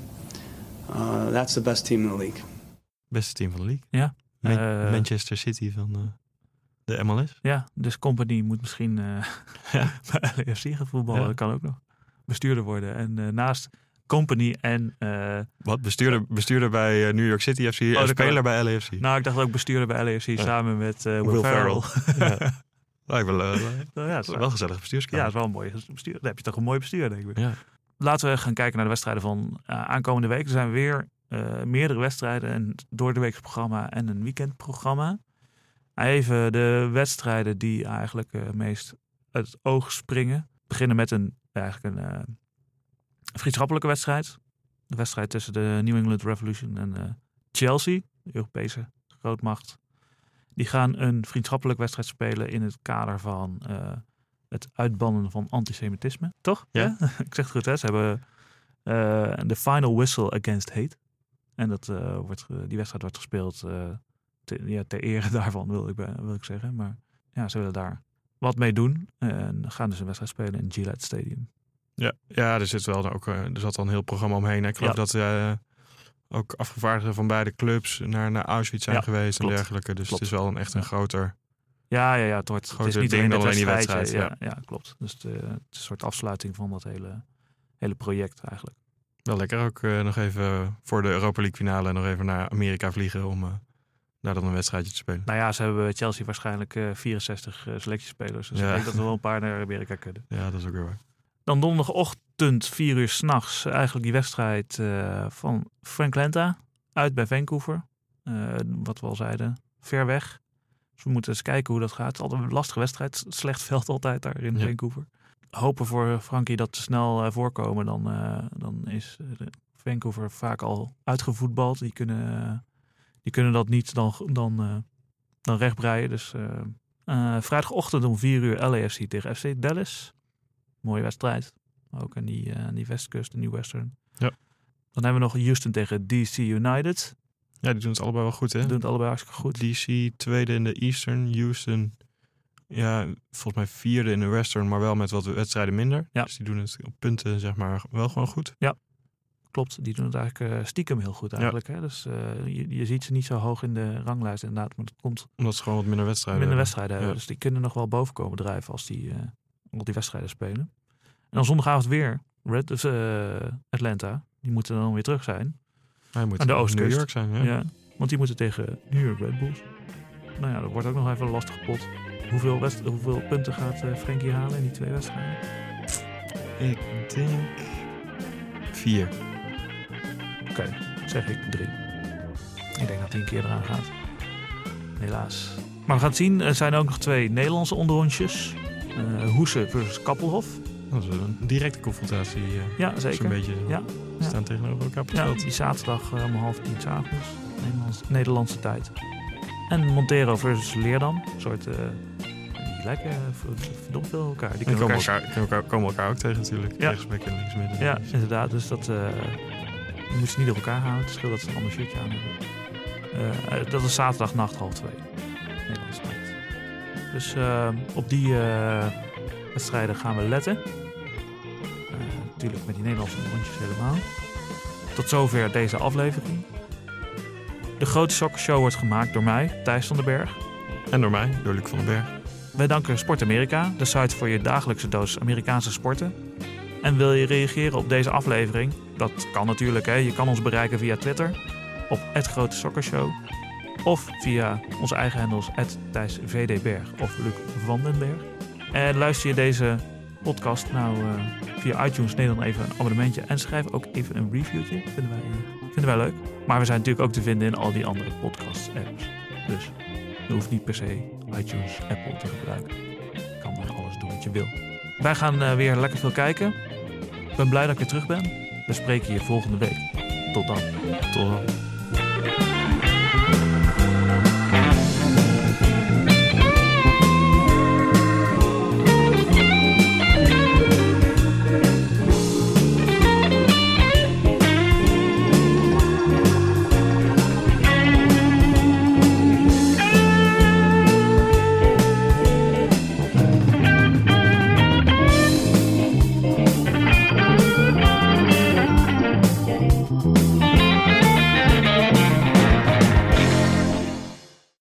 [SPEAKER 9] uh, that's the best team in the league.
[SPEAKER 5] Beste team van de league?
[SPEAKER 1] Ja.
[SPEAKER 5] Man-
[SPEAKER 1] uh,
[SPEAKER 5] Manchester City van uh, de M L S?
[SPEAKER 1] Ja, dus Company moet misschien uh, ja. bij L A F C gaan voetballen. Ja. Dat kan ook nog. Bestuurder worden. En uh, naast Company en... Uh,
[SPEAKER 5] Wat? Bestuurder, bestuurder bij uh, New York City F C oh, en speler bij L A F C?
[SPEAKER 1] Nou, ik dacht ook bestuurder bij L A F C ja. samen met uh, Will, Will Ferrell.
[SPEAKER 5] Ferrell. ja. Lijkt wel, uh,
[SPEAKER 1] nou, ja, het is
[SPEAKER 5] wel een gezellig bestuurskamer.
[SPEAKER 1] Ja, het is wel een mooi bestuur. Dan heb je toch een mooi bestuur, denk ik.
[SPEAKER 5] Ja.
[SPEAKER 1] Laten we gaan kijken naar de wedstrijden van uh, aankomende week. Er zijn weer uh, meerdere wedstrijden. Een doordeweeks programma en een weekendprogramma. Even de wedstrijden die eigenlijk uh, meest uit het oog springen. We beginnen met een, eigenlijk een uh, vriendschappelijke wedstrijd. De wedstrijd tussen de New England Revolution en uh, Chelsea, de Europese grootmacht. Die gaan een vriendschappelijke wedstrijd spelen in het kader van uh, het uitbannen van antisemitisme. Toch?
[SPEAKER 5] Ja.
[SPEAKER 1] ja? Ik zeg het goed, hè? Ze hebben uh, de final whistle against hate. En dat, uh, wordt, uh, die wedstrijd wordt gespeeld uh, te, ja, ter ere daarvan, wil ik, wil ik zeggen. Maar ja, ze willen daar wat mee doen. En gaan dus een wedstrijd spelen in Gillette Stadium.
[SPEAKER 5] Ja, ja, er zit wel ook, er zat al een heel programma omheen. Ik geloof ja. dat uh, ook afgevaardigden van beide clubs naar, naar Auschwitz zijn ja, geweest klopt. en dergelijke. Dus klopt. Het is wel een, echt een ja. groter...
[SPEAKER 1] Ja, ja, ja, het, wordt, het is niet
[SPEAKER 5] ding
[SPEAKER 1] alleen
[SPEAKER 5] die wedstrijd.
[SPEAKER 1] Ja, ja. ja, klopt. Dus het, uh, het is een soort afsluiting van dat hele, hele project eigenlijk.
[SPEAKER 5] Wel lekker ook uh, nog even voor de Europa League finale nog even naar Amerika vliegen om uh, daar dan een wedstrijdje te spelen.
[SPEAKER 1] Nou ja, ze hebben Chelsea waarschijnlijk uh, vierenzestig uh, selectiespelers. Dus ja. ik denk dat er wel een paar naar Amerika kunnen.
[SPEAKER 5] Ja, dat is ook weer waar.
[SPEAKER 1] Dan donderdagochtend, vier uur 's nachts, eigenlijk die wedstrijd uh, van Frank Lenta uit bij Vancouver. Uh, wat we al zeiden, ver weg. Dus we moeten eens kijken hoe dat gaat. Het is altijd een lastige wedstrijd. Slecht veld altijd daar in ja. Vancouver. Hopen voor Frankie dat te snel uh, voorkomen. Dan, uh, dan is uh, Vancouver vaak al uitgevoetbald. Die kunnen, uh, die kunnen dat niet dan, dan, uh, dan rechtbreien. Dus uh, uh, vrijdagochtend om vier uur L A F C tegen F C Dallas. Mooie wedstrijd. Ook aan die, uh, aan die westkust, de New Western.
[SPEAKER 5] Ja.
[SPEAKER 1] Dan hebben we nog Houston tegen D C United.
[SPEAKER 5] Ja, die doen het allebei wel goed, hè?
[SPEAKER 1] Die doen het allebei hartstikke goed.
[SPEAKER 5] D C tweede in de Eastern, Houston, ja, volgens mij vierde in de Western, maar wel met wat wedstrijden minder.
[SPEAKER 1] Ja.
[SPEAKER 5] Dus die doen het op punten, zeg maar, wel gewoon goed.
[SPEAKER 1] Ja, klopt. Die doen het eigenlijk uh, stiekem heel goed eigenlijk. Ja. Hè? Dus uh, je, je ziet ze niet zo hoog in de ranglijst inderdaad, maar dat komt...
[SPEAKER 5] Omdat ze gewoon wat minder wedstrijden
[SPEAKER 1] minder
[SPEAKER 5] hebben.
[SPEAKER 1] wedstrijden
[SPEAKER 5] ja.
[SPEAKER 1] hebben. Dus die kunnen nog wel boven komen drijven als die, uh, al die wedstrijden spelen. En dan zondagavond weer Red, dus, uh, Atlanta. Die moeten dan weer terug zijn.
[SPEAKER 5] Hij moet
[SPEAKER 1] aan de oostkust.
[SPEAKER 5] New York zijn, ja.
[SPEAKER 1] ja. Want die moeten tegen New York Red Bulls. Nou ja, dat wordt ook nog even een lastige pot. Hoeveel, west- hoeveel punten gaat uh, Frankie halen in die twee wedstrijden?
[SPEAKER 5] Ik denk... vier.
[SPEAKER 1] Oké, okay, zeg ik drie. Ik denk dat hij een keer eraan gaat. Helaas. Maar we gaan het zien. Er zijn ook nog twee Nederlandse onderrondjes. Uh, Hoese versus Kappelhof.
[SPEAKER 5] Dat is een directe confrontatie. Uh,
[SPEAKER 1] ja, zeker.
[SPEAKER 5] Zo'n beetje
[SPEAKER 1] ja.
[SPEAKER 5] staan ja. tegenover elkaar.
[SPEAKER 1] Ja, die zaterdag uh, om half tien 's avonds. Nederlands, Nederlandse tijd. En Montero versus Leerdam. Een soort... Uh, die lijken verdomd veel elkaar. Die
[SPEAKER 5] kunnen elkaar, elkaar, elkaar, komen elkaar ook tegen natuurlijk.
[SPEAKER 1] Ja.
[SPEAKER 5] Rechtsback en linksmidden.
[SPEAKER 1] Ja, inderdaad. Dus dat... Uh, je moet ze niet op elkaar houden. Het scheelt dat ze een ander shirtje aan hebben. Uh, dat is zaterdagnacht half twee. Nederlandse tijd. Dus uh, op die uh, wedstrijden gaan we letten. Uh, natuurlijk met die Nederlandse rondjes helemaal. Tot zover deze aflevering. De Grote Sokkershow wordt gemaakt door mij, Thijs van den Berg.
[SPEAKER 5] En door mij, door Luc van den Berg.
[SPEAKER 1] Wij danken Sport Amerika, de site voor je dagelijkse doos Amerikaanse sporten. En wil je reageren op deze aflevering? Dat kan natuurlijk, hè. Je kan ons bereiken via Twitter op at Grote Sokkershow. Of via onze eigen handles at Thijs V D Berg of Luc van den Berg. En luister je deze podcast nou uh, via iTunes, neem dan even een abonnementje en schrijf ook even een reviewtje. Vinden wij, uh, vinden wij leuk. Maar we zijn natuurlijk ook te vinden in al die andere podcast-apps. Dus je hoeft niet per se iTunes, Apple te gebruiken. Je kan dan alles doen wat je wil. Wij gaan uh, weer lekker veel kijken. Ik ben blij dat ik weer terug ben. We spreken je volgende week. Tot dan.
[SPEAKER 5] Tot dan.